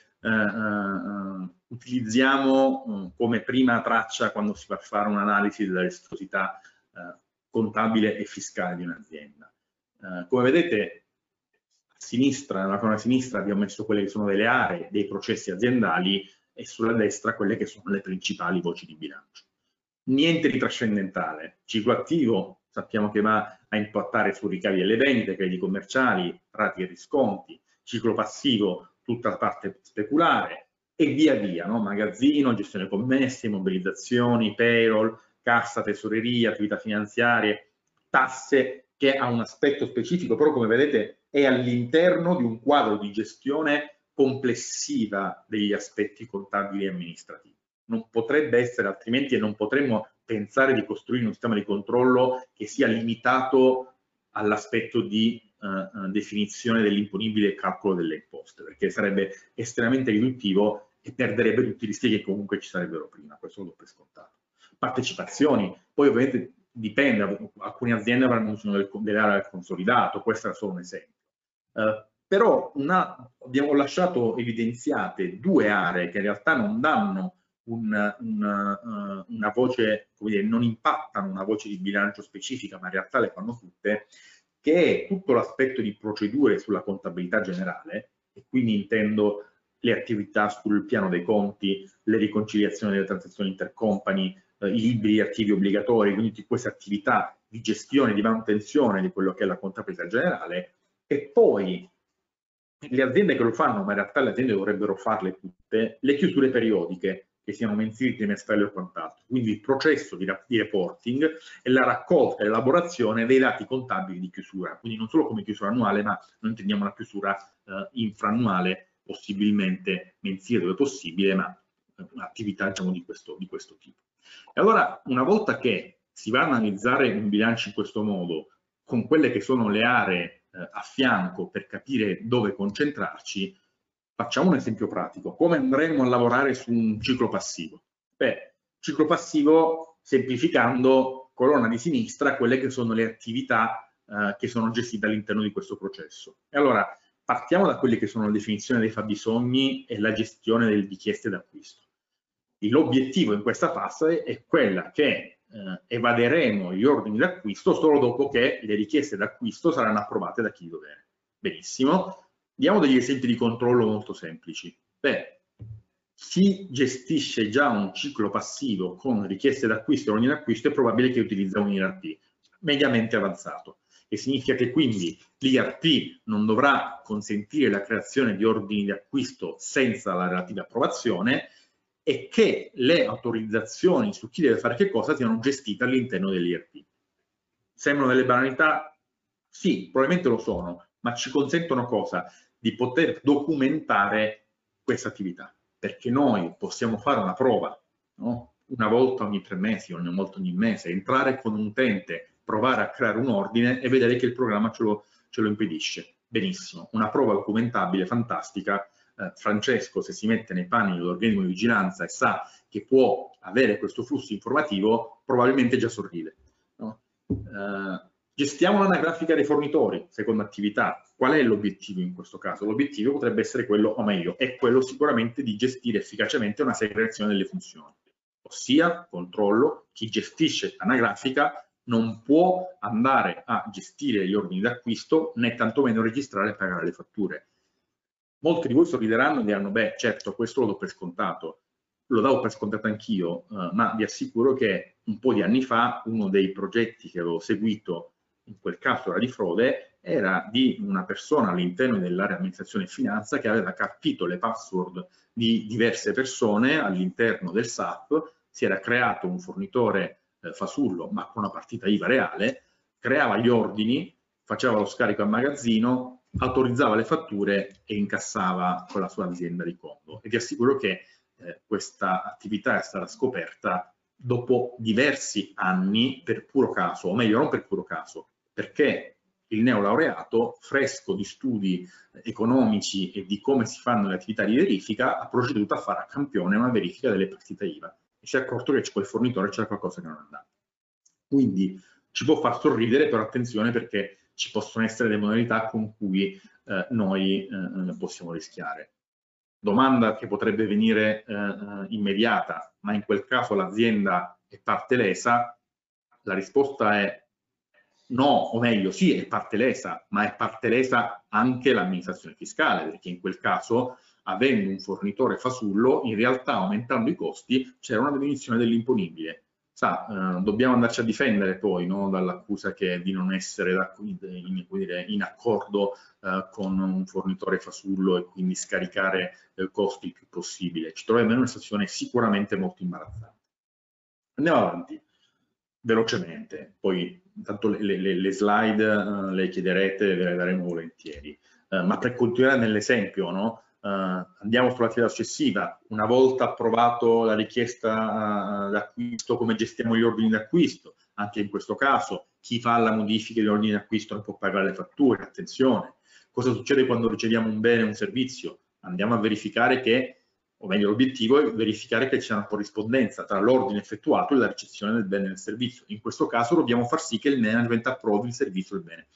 utilizziamo come prima traccia quando si va a fare un'analisi della rischiosità contabile e fiscale di un'azienda. Come vedete, a sinistra, nella colonna sinistra abbiamo messo quelle che sono delle aree dei processi aziendali e sulla destra quelle che sono le principali voci di bilancio. Niente di trascendentale. Ciclo attivo sappiamo che va a impattare su ricavi delle vendite, crediti commerciali, rati e risconti. Ciclo passivo, tutta la parte speculare e via via, no? Magazzino, gestione commesse, mobilizzazioni, payroll, cassa, tesoreria, attività finanziarie, tasse, che ha un aspetto specifico, però come vedete è all'interno di un quadro di gestione complessiva degli aspetti contabili e amministrativi. Non potrebbe essere altrimenti, e non potremmo pensare di costruire un sistema di controllo che sia limitato all'aspetto di definizione dell'imponibile e calcolo delle imposte, perché sarebbe estremamente riduttivo e perderebbe tutti i rischi che comunque ci sarebbero prima, questo lo do per scontato. Partecipazioni, poi ovviamente dipende, alcune aziende avranno bisogno delle aree consolidato, questo era solo un esempio. Però abbiamo lasciato evidenziate due aree che in realtà non danno una voce, come dire, non impattano una voce di bilancio specifica, ma in realtà le fanno tutte, che è tutto l'aspetto di procedure sulla contabilità generale, e quindi intendo le attività sul piano dei conti, le riconciliazioni delle transazioni intercompany, i libri, gli archivi obbligatori, quindi tutte queste attività di gestione, di manutenzione di quello che è la contabilità generale, e poi le aziende che lo fanno, ma in realtà le aziende dovrebbero farle tutte, le chiusure periodiche, che siano mensili, trimestrali o quant'altro. Quindi il processo di reporting è la raccolta e l'elaborazione dei dati contabili di chiusura, quindi non solo come chiusura annuale, ma noi intendiamo la chiusura infraannuale, possibilmente mensile dove possibile, ma attività diciamo, di questo tipo. E allora, una volta che si va a analizzare un bilancio in questo modo, con quelle che sono le aree a fianco per capire dove concentrarci, facciamo un esempio pratico. Come andremo a lavorare su un ciclo passivo? Beh, ciclo passivo, semplificando, colonna di sinistra, quelle che sono le attività che sono gestite all'interno di questo processo. E allora, partiamo da quelle che sono la definizione dei fabbisogni e la gestione delle richieste d'acquisto. L'obiettivo in questa fase è quella che evaderemo gli ordini d'acquisto solo dopo che le richieste d'acquisto saranno approvate da chi di dovere. Benissimo, diamo degli esempi di controllo molto semplici. Beh, chi gestisce già un ciclo passivo con richieste d'acquisto e ordini d'acquisto è probabile che utilizza un ERP mediamente avanzato, e significa che quindi l'ERP non dovrà consentire la creazione di ordini di acquisto senza la relativa approvazione, e che le autorizzazioni su chi deve fare che cosa siano gestite all'interno dell'ERP. Sembrano delle banalità? Sì, probabilmente lo sono, ma ci consentono cosa? Di poter documentare questa attività, perché noi possiamo fare una prova, no? Una volta ogni 3 mesi, una volta ogni mese, entrare con un utente, provare a creare un ordine e vedere che il programma ce lo impedisce. Benissimo, una prova documentabile, fantastica. Francesco, se si mette nei panni dell'organismo di vigilanza e sa che può avere questo flusso informativo, probabilmente già sorride. No? Gestiamo l'anagrafica dei fornitori, seconda attività. Qual è l'obiettivo in questo caso? L'obiettivo potrebbe essere quello, o meglio, è quello sicuramente di gestire efficacemente una segregazione delle funzioni. Ossia, controllo, chi gestisce l'anagrafica non può andare a gestire gli ordini d'acquisto né tantomeno registrare e pagare le fatture. Molti di voi sorrideranno e diranno, beh, certo, questo lo do per scontato. Lo davo per scontato anch'io, ma vi assicuro che un po' di anni fa uno dei progetti che avevo seguito, in quel caso era di frode, era di una persona all'interno dell'area amministrazione e finanza che aveva capito le password di diverse persone all'interno del SAP, si era creato un fornitore fasullo, ma con una partita IVA reale, creava gli ordini, faceva lo scarico al magazzino, autorizzava le fatture e incassava con la sua azienda di conto. E vi assicuro che questa attività è stata scoperta dopo diversi anni per puro caso, o meglio non per puro caso, perché il neolaureato, fresco di studi economici e di come si fanno le attività di verifica, ha proceduto a fare a campione una verifica delle partite IVA e si è accorto che quel fornitore c'era qualcosa che non andava. Quindi ci può far sorridere, però attenzione, perché ci possono essere delle modalità con cui noi possiamo rischiare. Domanda che potrebbe venire immediata, ma in quel caso l'azienda è parte lesa? La risposta è no, o meglio sì, è parte lesa, ma è parte lesa anche l'amministrazione fiscale, perché in quel caso, avendo un fornitore fasullo, in realtà aumentando i costi c'era una diminuzione dell'imponibile. Dobbiamo andarci a difendere poi, no, dall'accusa di non essere in accordo con un fornitore fasullo e quindi scaricare costi il più possibile. Ci troviamo in una situazione sicuramente molto imbarazzante. Andiamo avanti velocemente, poi intanto le slide le chiederete, ve le daremo volentieri, ma per continuare nell'esempio, no? Andiamo sull'attività successiva. Una volta approvato la richiesta d'acquisto, come gestiamo gli ordini d'acquisto? Anche in questo caso chi fa la modifica degli ordini d'acquisto non può pagare le fatture, attenzione. Cosa succede quando riceviamo un bene o un servizio? Andiamo a verificare che, o meglio l'obiettivo è verificare che c'è una corrispondenza tra l'ordine effettuato e la ricezione del bene e del servizio. In questo caso dobbiamo far sì che il management approvi il servizio del bene.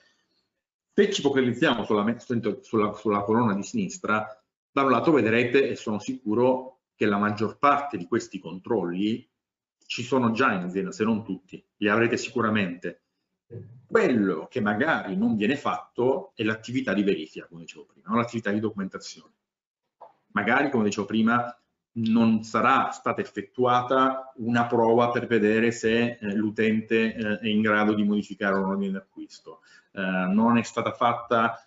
Se ci focalizziamo solamente sulla colonna di sinistra, da un lato vedrete, e sono sicuro che la maggior parte di questi controlli ci sono già in azienda, se non tutti, li avrete sicuramente. Quello che magari non viene fatto è l'attività di verifica, come dicevo prima, l'attività di documentazione. Magari, come dicevo prima, non sarà stata effettuata una prova per vedere se l'utente è in grado di modificare un ordine d'acquisto, non è stata fatta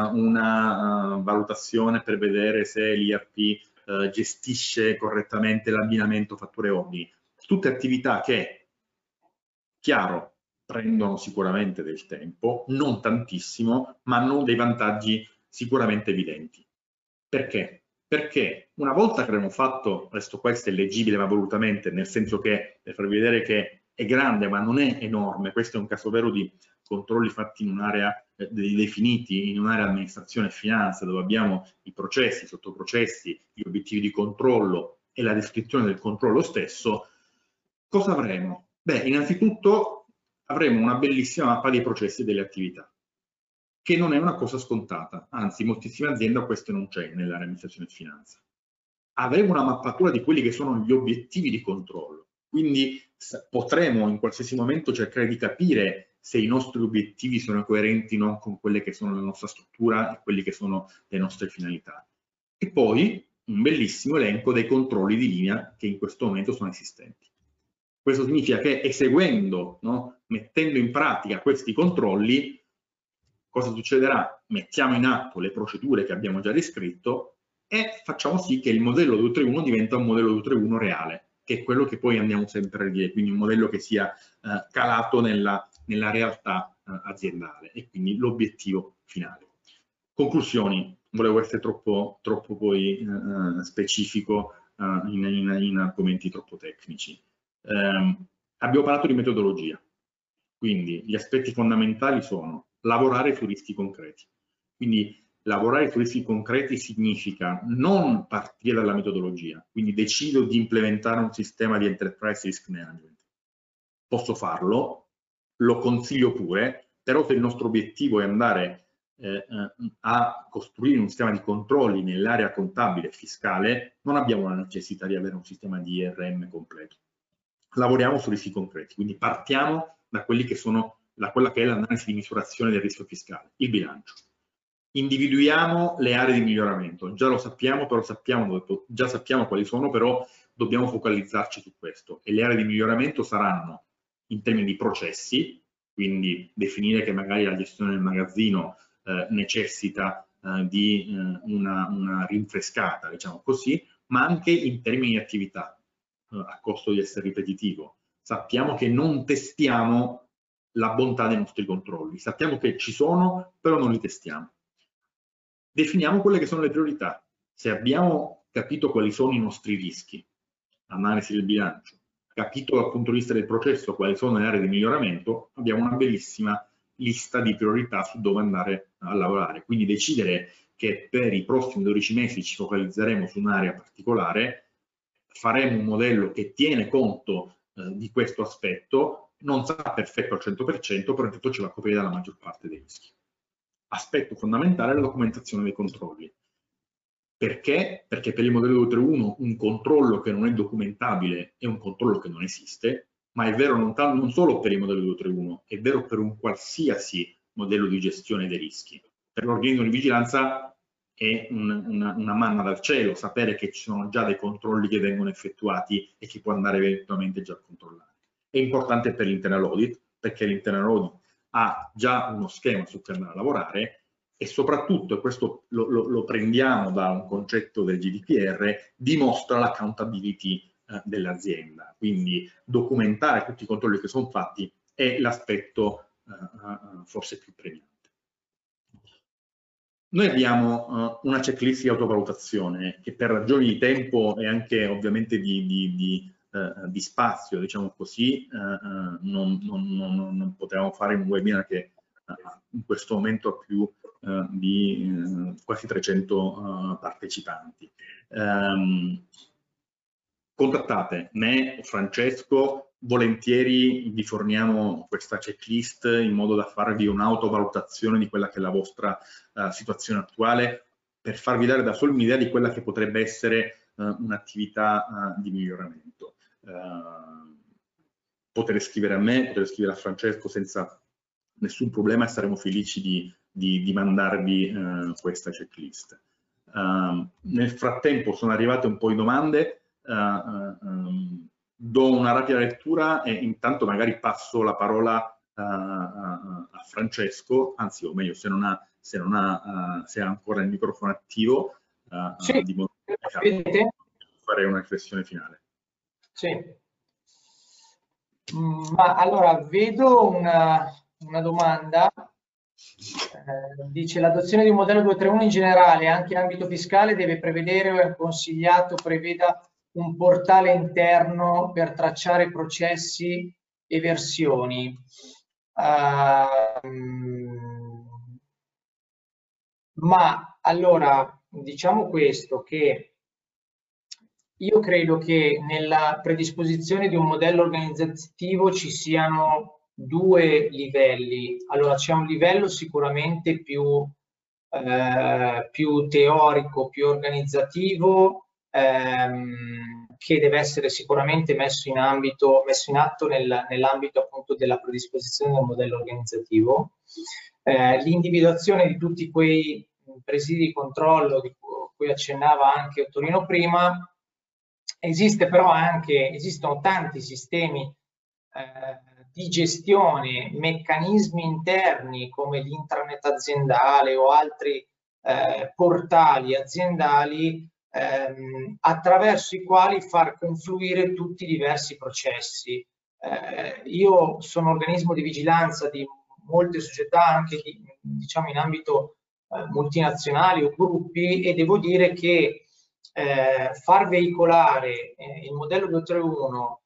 una valutazione per vedere se l'IRP gestisce correttamente l'abbinamento fatture ordini. Tutte attività che, chiaro, prendono sicuramente del tempo, non tantissimo, ma hanno dei vantaggi sicuramente evidenti. Perché? Perché una volta che avremo fatto, questo è leggibile ma volutamente, nel senso che, per farvi vedere che è grande ma non è enorme, questo è un caso vero di controlli fatti in un'area, definiti in un'area amministrazione e finanza, dove abbiamo i processi, i sottoprocessi, gli obiettivi di controllo e la descrizione del controllo stesso. Cosa avremo? Beh, innanzitutto avremo una bellissima mappa dei processi e delle attività, che non è una cosa scontata, anzi in moltissime aziende questo non c'è nell'area amministrazione e finanza. Avremo una mappatura di quelli che sono gli obiettivi di controllo, quindi potremo in qualsiasi momento cercare di capire se i nostri obiettivi sono coerenti o no con quelle che sono la nostra struttura e quelle che sono le nostre finalità. E poi un bellissimo elenco dei controlli di linea che in questo momento sono esistenti. Questo significa che eseguendo, no, mettendo in pratica questi controlli, cosa succederà? Mettiamo in atto le procedure che abbiamo già descritto e facciamo sì che il modello 231 diventa un modello 231 reale, che è quello che poi andiamo sempre a dire, quindi un modello che sia calato nella realtà aziendale e quindi l'obiettivo finale. Conclusioni, volevo essere troppo poi specifico in argomenti troppo tecnici. Abbiamo parlato di metodologia, quindi gli aspetti fondamentali sono lavorare su rischi concreti. Quindi lavorare su rischi concreti significa non partire dalla metodologia, quindi decido di implementare un sistema di enterprise risk management. Posso farlo, lo consiglio pure, però se il nostro obiettivo è andare a costruire un sistema di controlli nell'area contabile e fiscale, non abbiamo la necessità di avere un sistema di IRM completo. Lavoriamo su rischi concreti, quindi partiamo da quelli che sono quella che è l'analisi di misurazione del rischio fiscale, il bilancio. Individuiamo le aree di miglioramento, già lo sappiamo, però già sappiamo quali sono, però dobbiamo focalizzarci su questo e le aree di miglioramento saranno in termini di processi, quindi definire che magari la gestione del magazzino necessita di una rinfrescata, diciamo così, ma anche in termini di attività, a costo di essere ripetitivo. Sappiamo che non testiamo la bontà dei nostri controlli, sappiamo che ci sono, però non li testiamo. Definiamo quelle che sono le priorità. Se abbiamo capito quali sono i nostri rischi, analisi del bilancio, capito dal punto di vista del processo quali sono le aree di miglioramento, abbiamo una bellissima lista di priorità su dove andare a lavorare. Quindi decidere che per i prossimi 12 mesi ci focalizzeremo su un'area particolare, faremo un modello che tiene conto di questo aspetto, non sarà perfetto al 100%, però intanto ce la coprire dalla maggior parte dei rischi. Aspetto fondamentale è la documentazione dei controlli. Perché? Perché per il modello 231 un controllo che non è documentabile è un controllo che non esiste, ma è vero non solo per il modello 231, è vero per un qualsiasi modello di gestione dei rischi. Per l'organismo di vigilanza è una manna dal cielo, sapere che ci sono già dei controlli che vengono effettuati e che può andare eventualmente già a controllare. È importante per l'internal audit, perché l'internal audit ha già uno schema su cui andare a lavorare e soprattutto, e questo lo prendiamo da un concetto del GDPR, dimostra l'accountability dell'azienda. Quindi documentare tutti i controlli che sono fatti è l'aspetto forse più premiante. Noi abbiamo una checklist di autovalutazione che per ragioni di tempo e anche ovviamente di spazio, diciamo così, non potevamo fare un webinar che in questo momento ha più di quasi 300 partecipanti. Contattate me o Francesco, volentieri vi forniamo questa checklist in modo da farvi un'autovalutazione di quella che è la vostra situazione attuale, per farvi dare da solo un'idea di quella che potrebbe essere un'attività di miglioramento. Potete scrivere a me, potete scrivere a Francesco senza nessun problema e saremo felici di mandarvi questa checklist. Nel frattempo sono arrivate un po' di domande, do una rapida lettura e intanto magari passo la parola a Francesco, anzi, o meglio, se è ancora il microfono attivo, sì, di modo che fare una riflessione finale. Sì. Ma allora vedo una domanda. Dice: l'adozione di un modello 231 in generale, anche in ambito fiscale, deve prevedere o è consigliato preveda un portale interno per tracciare processi e versioni? Ma allora diciamo questo, che io credo che nella predisposizione di un modello organizzativo ci siano due livelli. Allora, c'è un livello sicuramente più teorico, più organizzativo, che deve essere sicuramente messo in atto nell'ambito appunto della predisposizione del modello organizzativo. L'individuazione di tutti quei presidi di controllo di cui accennava anche Torino prima. Esistono tanti sistemi di gestione, meccanismi interni come l'intranet aziendale o altri portali aziendali attraverso i quali far confluire tutti i diversi processi. Io sono organismo di vigilanza di molte società, anche diciamo in ambito multinazionali o gruppi, e devo dire che far veicolare il modello 231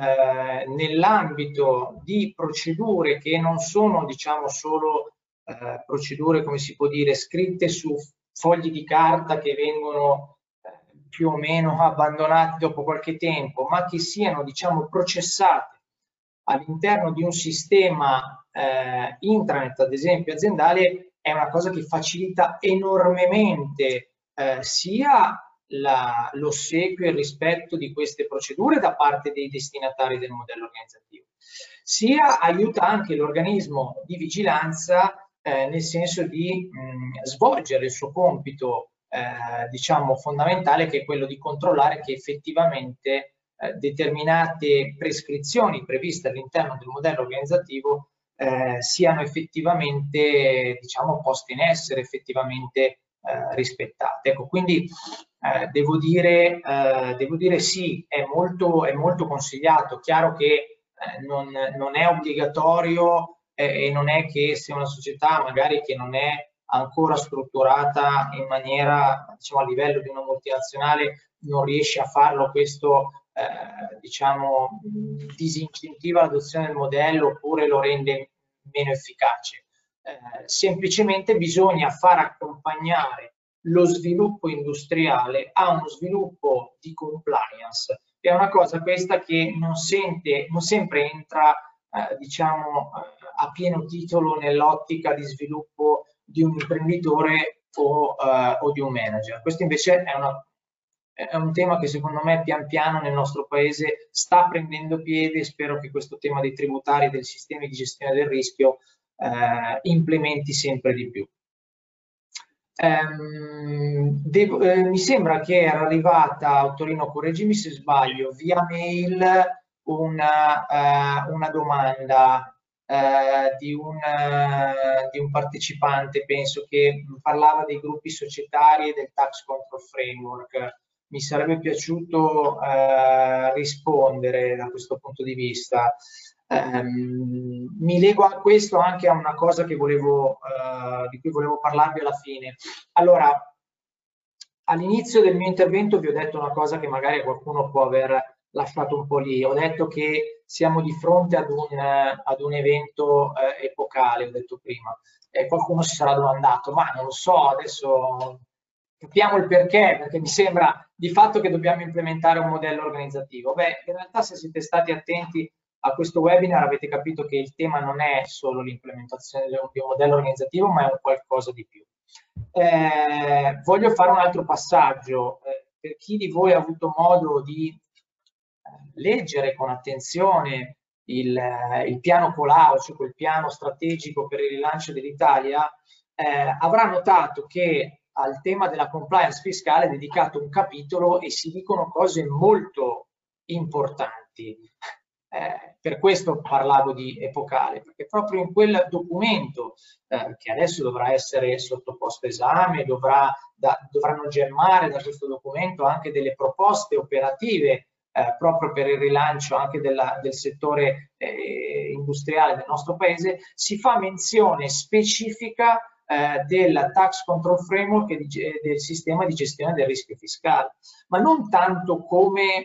nell'ambito di procedure che non sono, diciamo, solo procedure, come si può dire, scritte su fogli di carta che vengono più o meno abbandonati dopo qualche tempo, ma che siano, diciamo, processate all'interno di un sistema intranet, ad esempio aziendale, è una cosa che facilita enormemente sia l'ossequio e il rispetto di queste procedure da parte dei destinatari del modello organizzativo, sia aiuta anche l'organismo di vigilanza nel senso di svolgere il suo compito diciamo fondamentale, che è quello di controllare che effettivamente determinate prescrizioni previste all'interno del modello organizzativo siano effettivamente, diciamo, poste in essere, effettivamente rispettate. Ecco, quindi devo dire sì, è molto consigliato. Chiaro che non è obbligatorio e non è che se una società magari che non è ancora strutturata in maniera, diciamo, a livello di una multinazionale non riesce a farlo, questo diciamo disincentiva l'adozione del modello oppure lo rende meno efficace. Semplicemente bisogna far accompagnare lo sviluppo industriale a uno sviluppo di compliance. È una cosa questa che non sempre entra diciamo a pieno titolo nell'ottica di sviluppo di un imprenditore o di un manager. Questo invece è un tema che secondo me pian piano nel nostro paese sta prendendo piede, e spero che questo tema dei tributari e del sistema di gestione del rischio implementi sempre di più. Mi sembra che era arrivata, Torino, correggimi se sbaglio, via mail una domanda di un partecipante, penso, che parlava dei gruppi societari e del tax control framework. Mi sarebbe piaciuto rispondere da questo punto di vista. Mi lego a questo anche a una cosa che di cui volevo parlarvi alla fine. Allora, all'inizio del mio intervento vi ho detto una cosa che magari qualcuno può aver lasciato un po' lì. Ho detto che siamo di fronte ad un evento epocale, ho detto prima, e qualcuno si sarà domandato, ma non lo so, adesso capiamo il perché mi sembra di fatto che dobbiamo implementare un modello organizzativo. Beh, in realtà, se siete stati attenti a questo webinar, avete capito che il tema non è solo l'implementazione di un modello organizzativo, ma è un qualcosa di più. Voglio fare un altro passaggio. Per chi di voi ha avuto modo di leggere con attenzione il piano Colau, cioè quel piano strategico per il rilancio dell'Italia, avrà notato che al tema della compliance fiscale dedicato un capitolo e si dicono cose molto importanti. Per questo parlavo di epocale, perché proprio in quel documento che adesso dovrà essere sottoposto a esame, dovranno germare da questo documento anche delle proposte operative proprio per il rilancio anche del settore industriale del nostro paese, si fa menzione specifica del Tax Control Framework e del sistema di gestione del rischio fiscale, ma non tanto come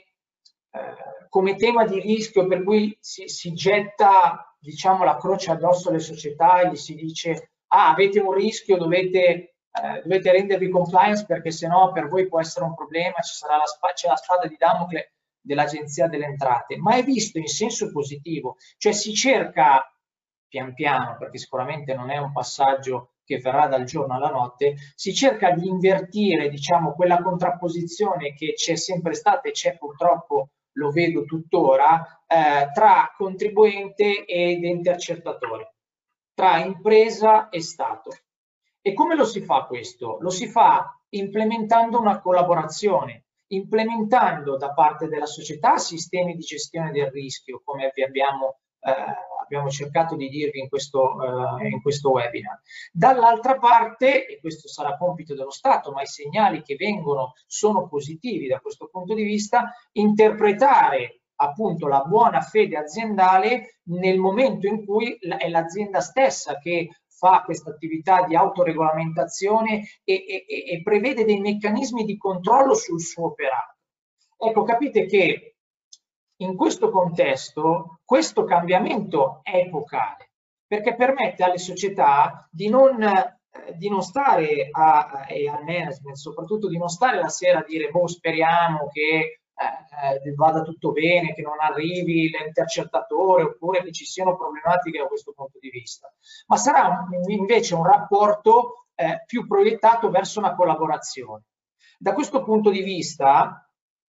tema di rischio per cui si getta, diciamo, la croce addosso alle società e gli si dice: ah, avete un rischio, dovete rendervi compliance perché sennò per voi può essere un problema, c'è la spada di Damocle dell'Agenzia delle Entrate, ma è visto in senso positivo, cioè si cerca pian piano, perché sicuramente non è un passaggio che verrà dal giorno alla notte, si cerca di invertire, diciamo, quella contrapposizione che c'è sempre stata e c'è purtroppo, lo vedo tuttora, tra contribuente ed intercettatore, tra impresa e Stato. E come lo si fa questo? Lo si fa implementando una collaborazione, implementando da parte della società sistemi di gestione del rischio, come vi abbiamo cercato di dirvi in questo webinar. Dall'altra parte, e questo sarà compito dello Stato, ma i segnali che vengono sono positivi da questo punto di vista, interpretare appunto la buona fede aziendale nel momento in cui è l'azienda stessa che fa questa attività di autoregolamentazione e prevede dei meccanismi di controllo sul suo operato. Ecco, capite che in questo contesto questo cambiamento è epocale, perché permette alle società di non stare e al management soprattutto di non stare la sera a dire: boh, speriamo che vada tutto bene, che non arrivi l'intercettatore oppure che ci siano problematiche da questo punto di vista, ma sarà invece un rapporto più proiettato verso una collaborazione. Da questo punto di vista,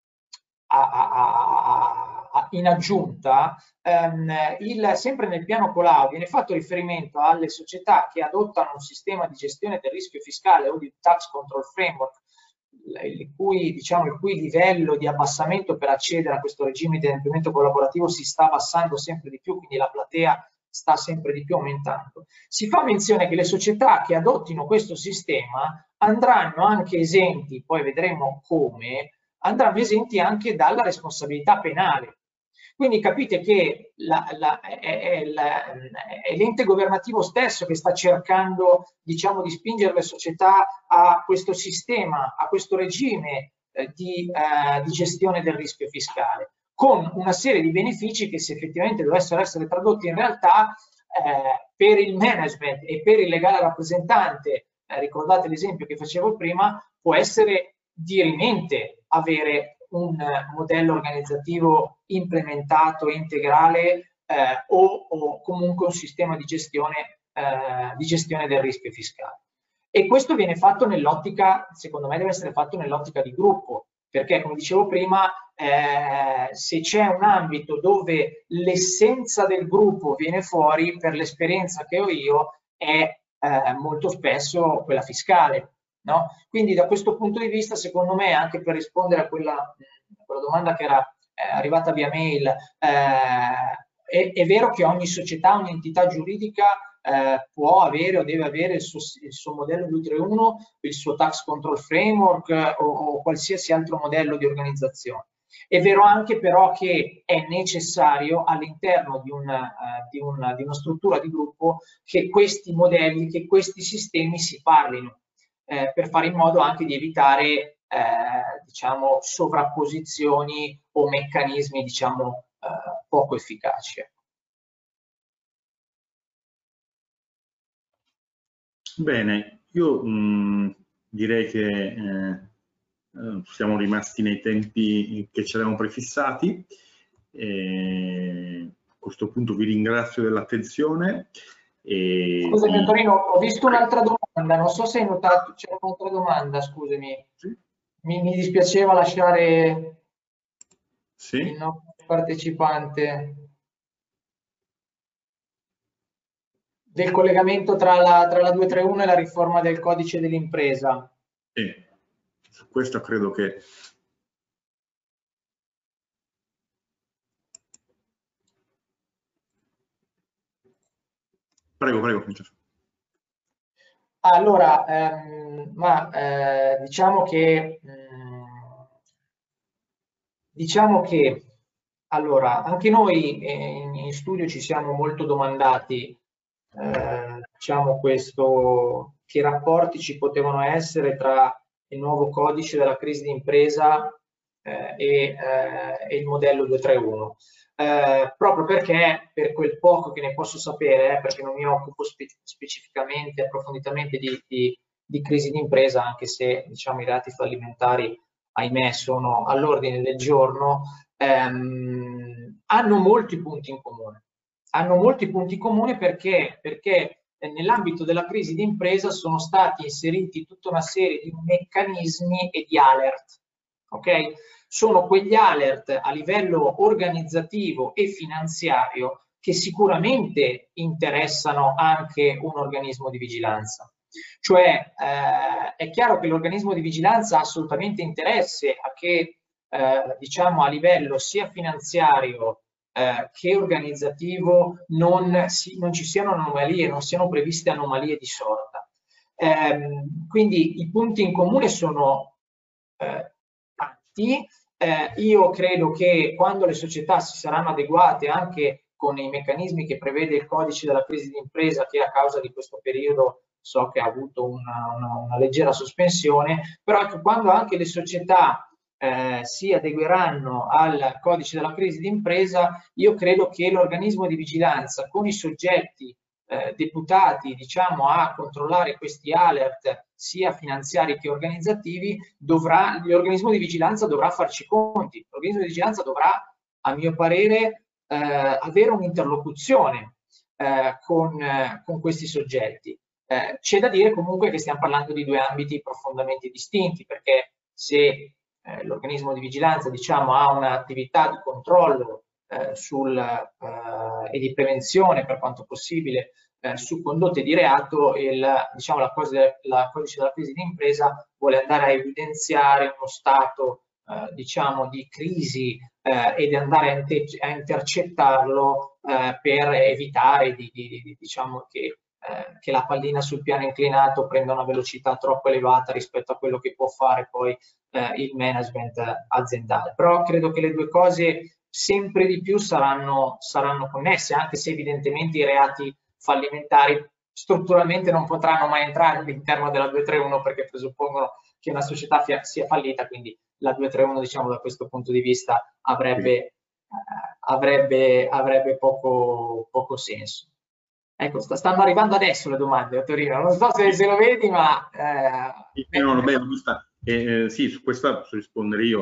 in aggiunta, sempre nel piano Colau viene fatto riferimento alle società che adottano un sistema di gestione del rischio fiscale o di tax control framework, il cui livello di abbassamento per accedere a questo regime di adempimento collaborativo si sta abbassando sempre di più, quindi la platea sta sempre di più aumentando. Si fa menzione che le società che adottino questo sistema andranno anche esenti, poi vedremo come, andranno esenti anche dalla responsabilità penale. Quindi capite che è l'ente governativo stesso che sta cercando, diciamo, di spingere le società a questo sistema, a questo regime di gestione del rischio fiscale, con una serie di benefici che, se effettivamente dovessero essere tradotti in realtà, per il management e per il legale rappresentante, ricordate l'esempio che facevo prima, può essere dirimente avere un modello organizzativo implementato, integrale, o comunque un sistema di gestione del rischio fiscale. E questo viene fatto nell'ottica, secondo me deve essere fatto nell'ottica di gruppo, perché come dicevo prima, se c'è un ambito dove l'essenza del gruppo viene fuori, per l'esperienza che ho io, è molto spesso quella fiscale. No? Quindi da questo punto di vista, secondo me, anche per rispondere a quella domanda che era arrivata via mail, è vero che ogni società, ogni entità giuridica può avere o deve avere il suo modello 231, il suo tax control framework o qualsiasi altro modello di organizzazione. È vero anche però che è necessario all'interno di una struttura di gruppo che questi modelli, che questi sistemi si parlino, per fare in modo anche di evitare diciamo, sovrapposizioni o meccanismi, diciamo, poco efficaci. Bene, io direi che siamo rimasti nei tempi che ci eravamo prefissati. A questo punto vi ringrazio dell'attenzione. Scusami Antonino, ho visto un'altra domanda, non so se hai notato, c'è un'altra domanda, scusami. Sì? Mi dispiaceva lasciare il nostro partecipante. Del collegamento tra la 231 e la riforma del codice dell'impresa. Sì, su questo credo che... Prego, prego, Francesco. Allora, diciamo che allora, anche noi in studio ci siamo molto domandati, diciamo che rapporti ci potevano essere tra il nuovo codice della crisi d'impresa e il modello 231. Proprio perché, per quel poco che ne posso sapere, perché non mi occupo specificamente, approfonditamente di crisi d'impresa, anche se diciamo, i reati fallimentari, ahimè, sono all'ordine del giorno, hanno molti punti in comune. Hanno molti punti in comune perché nell'ambito della crisi d'impresa sono stati inseriti tutta una serie di meccanismi e di alert. Okay? Sono quegli alert a livello organizzativo e finanziario che sicuramente interessano anche un organismo di vigilanza. Cioè è chiaro che l'organismo di vigilanza ha assolutamente interesse a che diciamo a livello sia finanziario che organizzativo non ci siano anomalie, non siano previste anomalie di sorta. Quindi i punti in comune sono tanti. Io credo che quando le società si saranno adeguate anche con i meccanismi che prevede il codice della crisi d'impresa, che a causa di questo periodo so che ha avuto una leggera sospensione, però ecco, quando anche le società si adegueranno al codice della crisi d'impresa, io credo che l'organismo di vigilanza con i soggetti deputati diciamo, a controllare questi alert sia finanziari che organizzativi, l'organismo di vigilanza dovrà farci conti. L'organismo di vigilanza dovrà, a mio parere, avere un'interlocuzione con questi soggetti. C'è da dire comunque che stiamo parlando di due ambiti profondamente distinti, perché se l'organismo di vigilanza diciamo, ha un'attività di controllo e di prevenzione per quanto possibile su condotte di reato, diciamo, la codice della crisi d'impresa vuole andare a evidenziare uno stato diciamo, di crisi ed andare a intercettarlo per evitare diciamo, che la pallina sul piano inclinato prenda una velocità troppo elevata rispetto a quello che può fare poi il management aziendale. Però credo che le due cose sempre di più saranno connesse, anche se evidentemente i reati fallimentari strutturalmente non potranno mai entrare all'interno della 231 perché presuppongono che una società sia fallita, quindi la 231 diciamo da questo punto di vista avrebbe poco senso. Ecco, stanno arrivando adesso le domande, Torino. Non so se lo vedi, ma... sì, su questa posso rispondere io.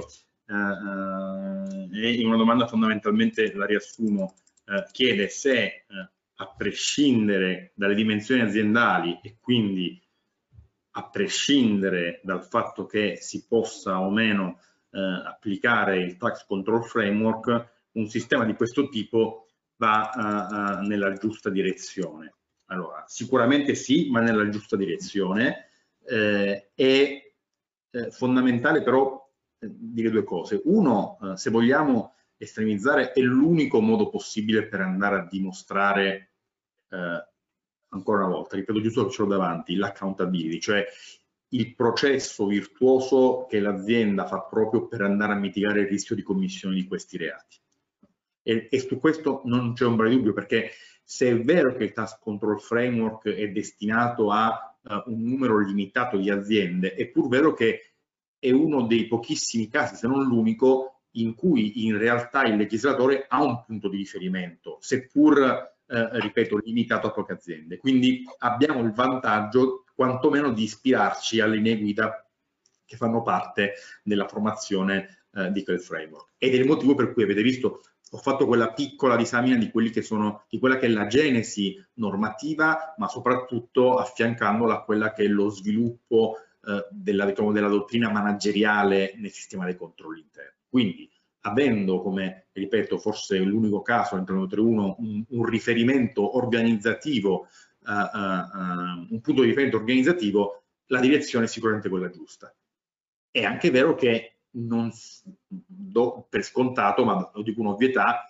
È una domanda fondamentalmente, la riassumo, chiede se a prescindere dalle dimensioni aziendali e quindi a prescindere dal fatto che si possa o meno applicare il Tax Control Framework, un sistema di questo tipo va nella giusta direzione. Allora, sicuramente sì, ma nella giusta direzione. È fondamentale però dire due cose. Uno, se vogliamo estremizzare, è l'unico modo possibile per andare a dimostrare, ancora una volta, ripeto giusto che ce l'ho davanti, l'accountability, cioè il processo virtuoso che l'azienda fa proprio per andare a mitigare il rischio di commissione di questi reati. E su questo non c'è ombra di dubbio, perché se è vero che il Tax Control Framework è destinato a un numero limitato di aziende, è pur vero che è uno dei pochissimi casi, se non l'unico, in cui in realtà il legislatore ha un punto di riferimento, seppur, ripeto, limitato a poche aziende. Quindi abbiamo il vantaggio quantomeno di ispirarci alle linee guida che fanno parte della formazione di quel framework. Ed è il motivo per cui avete visto ho fatto quella piccola disamina di quella che è la genesi normativa, ma soprattutto affiancandola a quella che è lo sviluppo della dottrina manageriale nel sistema dei controlli interni. Quindi, avendo come, ripeto, forse l'unico caso all'interno del 231 un riferimento organizzativo, un punto di riferimento organizzativo, la direzione è sicuramente quella giusta. È anche vero che non do per scontato, ma lo dico un'ovvietà,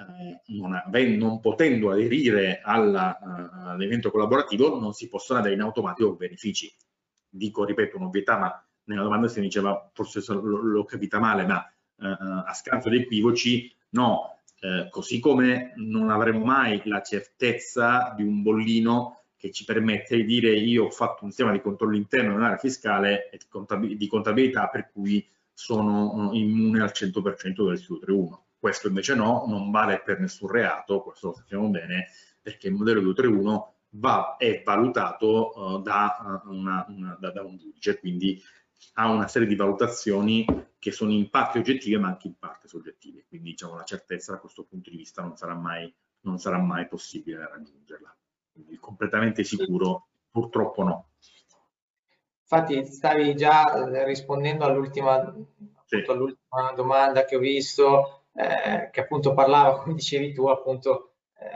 non potendo aderire all'evento collaborativo non si possono avere in automatico benefici. Dico, ripeto, un'ovvietà, ma nella domanda si diceva, forse l'ho capita male, ma a scanso di equivoci, no, così come non avremo mai la certezza di un bollino che ci permette di dire io ho fatto un sistema di controllo interno nell'area fiscale e di contabilità per cui sono immune al 100% dell'Istituto 3.1. Questo invece no, non vale per nessun reato, questo lo sappiamo bene, perché il modello 231 è valutato da un giudice, quindi ha una serie di valutazioni che sono in parte oggettive ma anche in parte soggettive, quindi diciamo la certezza da questo punto di vista non sarà mai possibile raggiungerla. Quindi completamente sicuro purtroppo no. Infatti stavi già rispondendo all'ultima domanda che ho visto, che appunto parlava, come dicevi tu, appunto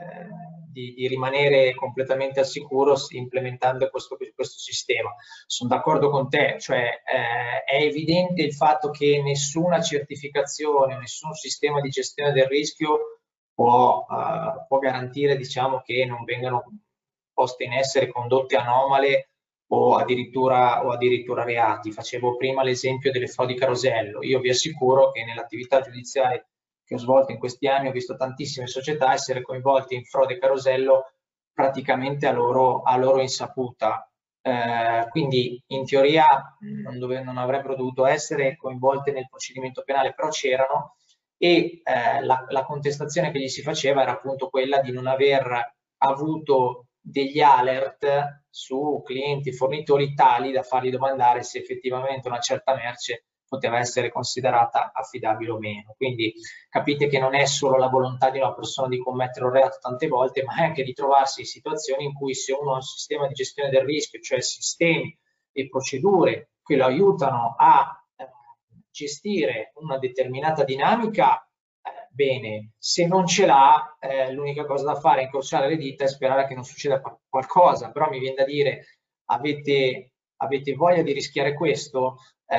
di rimanere completamente al sicuro implementando questo sistema. Sono d'accordo con te, cioè è evidente il fatto che nessuna certificazione, nessun sistema di gestione del rischio può garantire, diciamo, che non vengano poste in essere condotte anomale o addirittura reati. Facevo prima l'esempio delle frodi carosello. Io vi assicuro che nell'attività giudiziaria che ho svolto in questi anni ho visto tantissime società essere coinvolte in frode carosello praticamente a loro insaputa. Quindi in teoria non avrebbero dovuto essere coinvolte nel procedimento penale, però c'erano, e la contestazione che gli si faceva era appunto quella di non aver avuto degli alert su clienti, fornitori tali da fargli domandare se effettivamente una certa merce poteva essere considerata affidabile o meno. Quindi capite che non è solo la volontà di una persona di commettere un reato tante volte, ma è anche di trovarsi in situazioni in cui se uno ha un sistema di gestione del rischio, cioè sistemi e procedure che lo aiutano a gestire una determinata dinamica, bene, se non ce l'ha, l'unica cosa da fare è incrociare le dita e sperare che non succeda qualcosa. Però mi viene da dire, avete voglia di rischiare questo?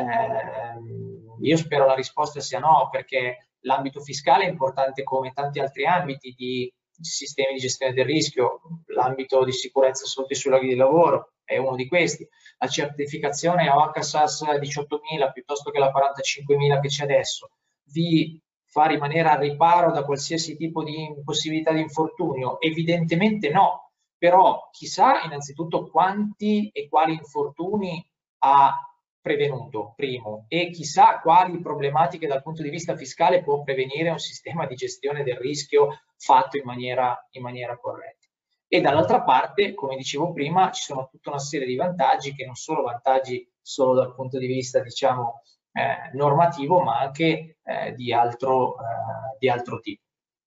Io spero la risposta sia no, perché l'ambito fiscale è importante come tanti altri ambiti di sistemi di gestione del rischio. L'ambito di sicurezza e salute sui luoghi di lavoro è uno di questi. La certificazione OHSAS 18.000 piuttosto che la 45.000 che c'è adesso vi fa rimanere al riparo da qualsiasi tipo di possibilità di infortunio? Evidentemente no, però chissà innanzitutto quanti e quali infortuni ha prevenuto, primo, e chissà quali problematiche dal punto di vista fiscale può prevenire un sistema di gestione del rischio fatto in maniera corretta. E dall'altra parte, come dicevo prima, ci sono tutta una serie di vantaggi che non sono vantaggi solo dal punto di vista, diciamo, normativo, ma anche di altro tipo.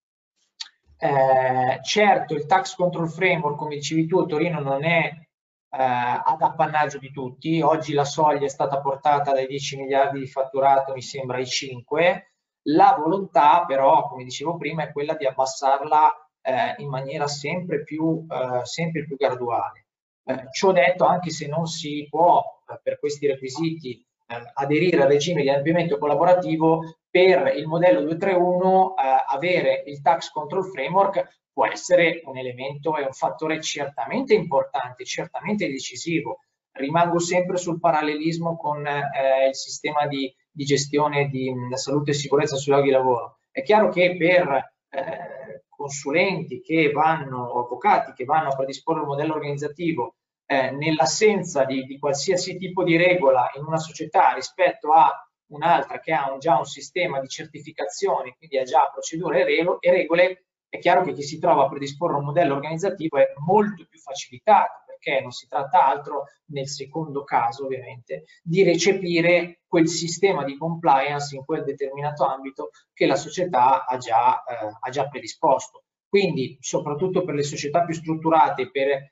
Certo, il Tax Control Framework, come dicevi tu, a Torino non è ad appannaggio di tutti. Oggi la soglia è stata portata dai 10 miliardi di fatturato, mi sembra, ai 5. La volontà però, come dicevo prima, è quella di abbassarla in maniera sempre più graduale. Ciò detto, anche se non si può per questi requisiti aderire al regime di adempimento collaborativo, per il modello 231 avere il Tax Control Framework può essere un elemento e un fattore certamente importante, certamente decisivo. Rimango sempre sul parallelismo con il sistema di gestione di salute e sicurezza sui luoghi di lavoro. È chiaro che per consulenti che vanno, o avvocati che vanno a predisporre un modello organizzativo nell'assenza di qualsiasi tipo di regola in una società rispetto a un'altra che ha già un sistema di certificazione, quindi ha già procedure e regole, è chiaro che chi si trova a predisporre un modello organizzativo è molto più facilitato, perché non si tratta altro, nel secondo caso ovviamente, di recepire quel sistema di compliance in quel determinato ambito che la società ha già predisposto. Quindi, soprattutto per le società più strutturate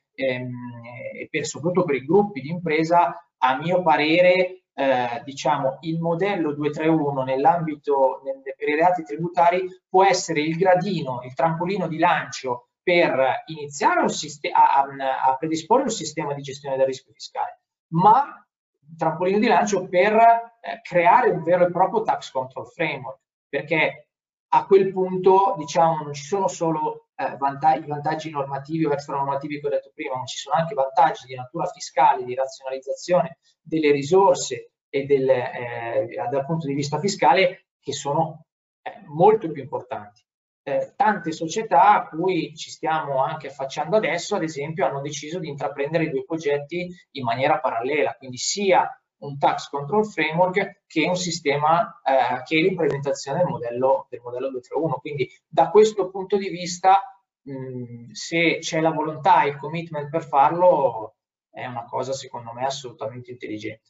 e soprattutto per i gruppi di impresa, a mio parere, diciamo, il modello 231 per i reati tributari può essere il gradino, il trampolino di lancio per iniziare a predisporre un sistema di gestione del rischio fiscale, ma un trampolino di lancio per creare un vero e proprio tax control framework, perché a quel punto, diciamo, non ci sono solo i vantaggi normativi o extranormativi che ho detto prima, ma ci sono anche vantaggi di natura fiscale, di razionalizzazione delle risorse e dal punto di vista fiscale che sono molto più importanti. Tante società a cui ci stiamo anche affacciando adesso, ad esempio, hanno deciso di intraprendere i due progetti in maniera parallela, quindi sia un tax control framework che un sistema che l'implementazione del modello 231. Quindi da questo punto di vista, se c'è la volontà e il commitment per farlo, è una cosa secondo me assolutamente intelligente.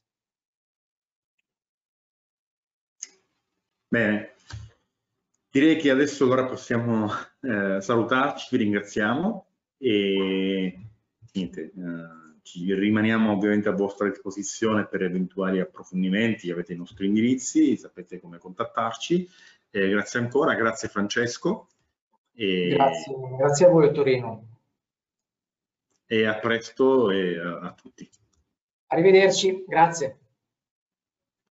Bene, direi che adesso allora possiamo salutarci, vi ringraziamo e niente, ci rimaniamo ovviamente a vostra disposizione per eventuali approfondimenti, avete i nostri indirizzi, sapete come contattarci. Grazie ancora, grazie Francesco. Grazie a voi Torino. E a presto e a tutti. Arrivederci, grazie.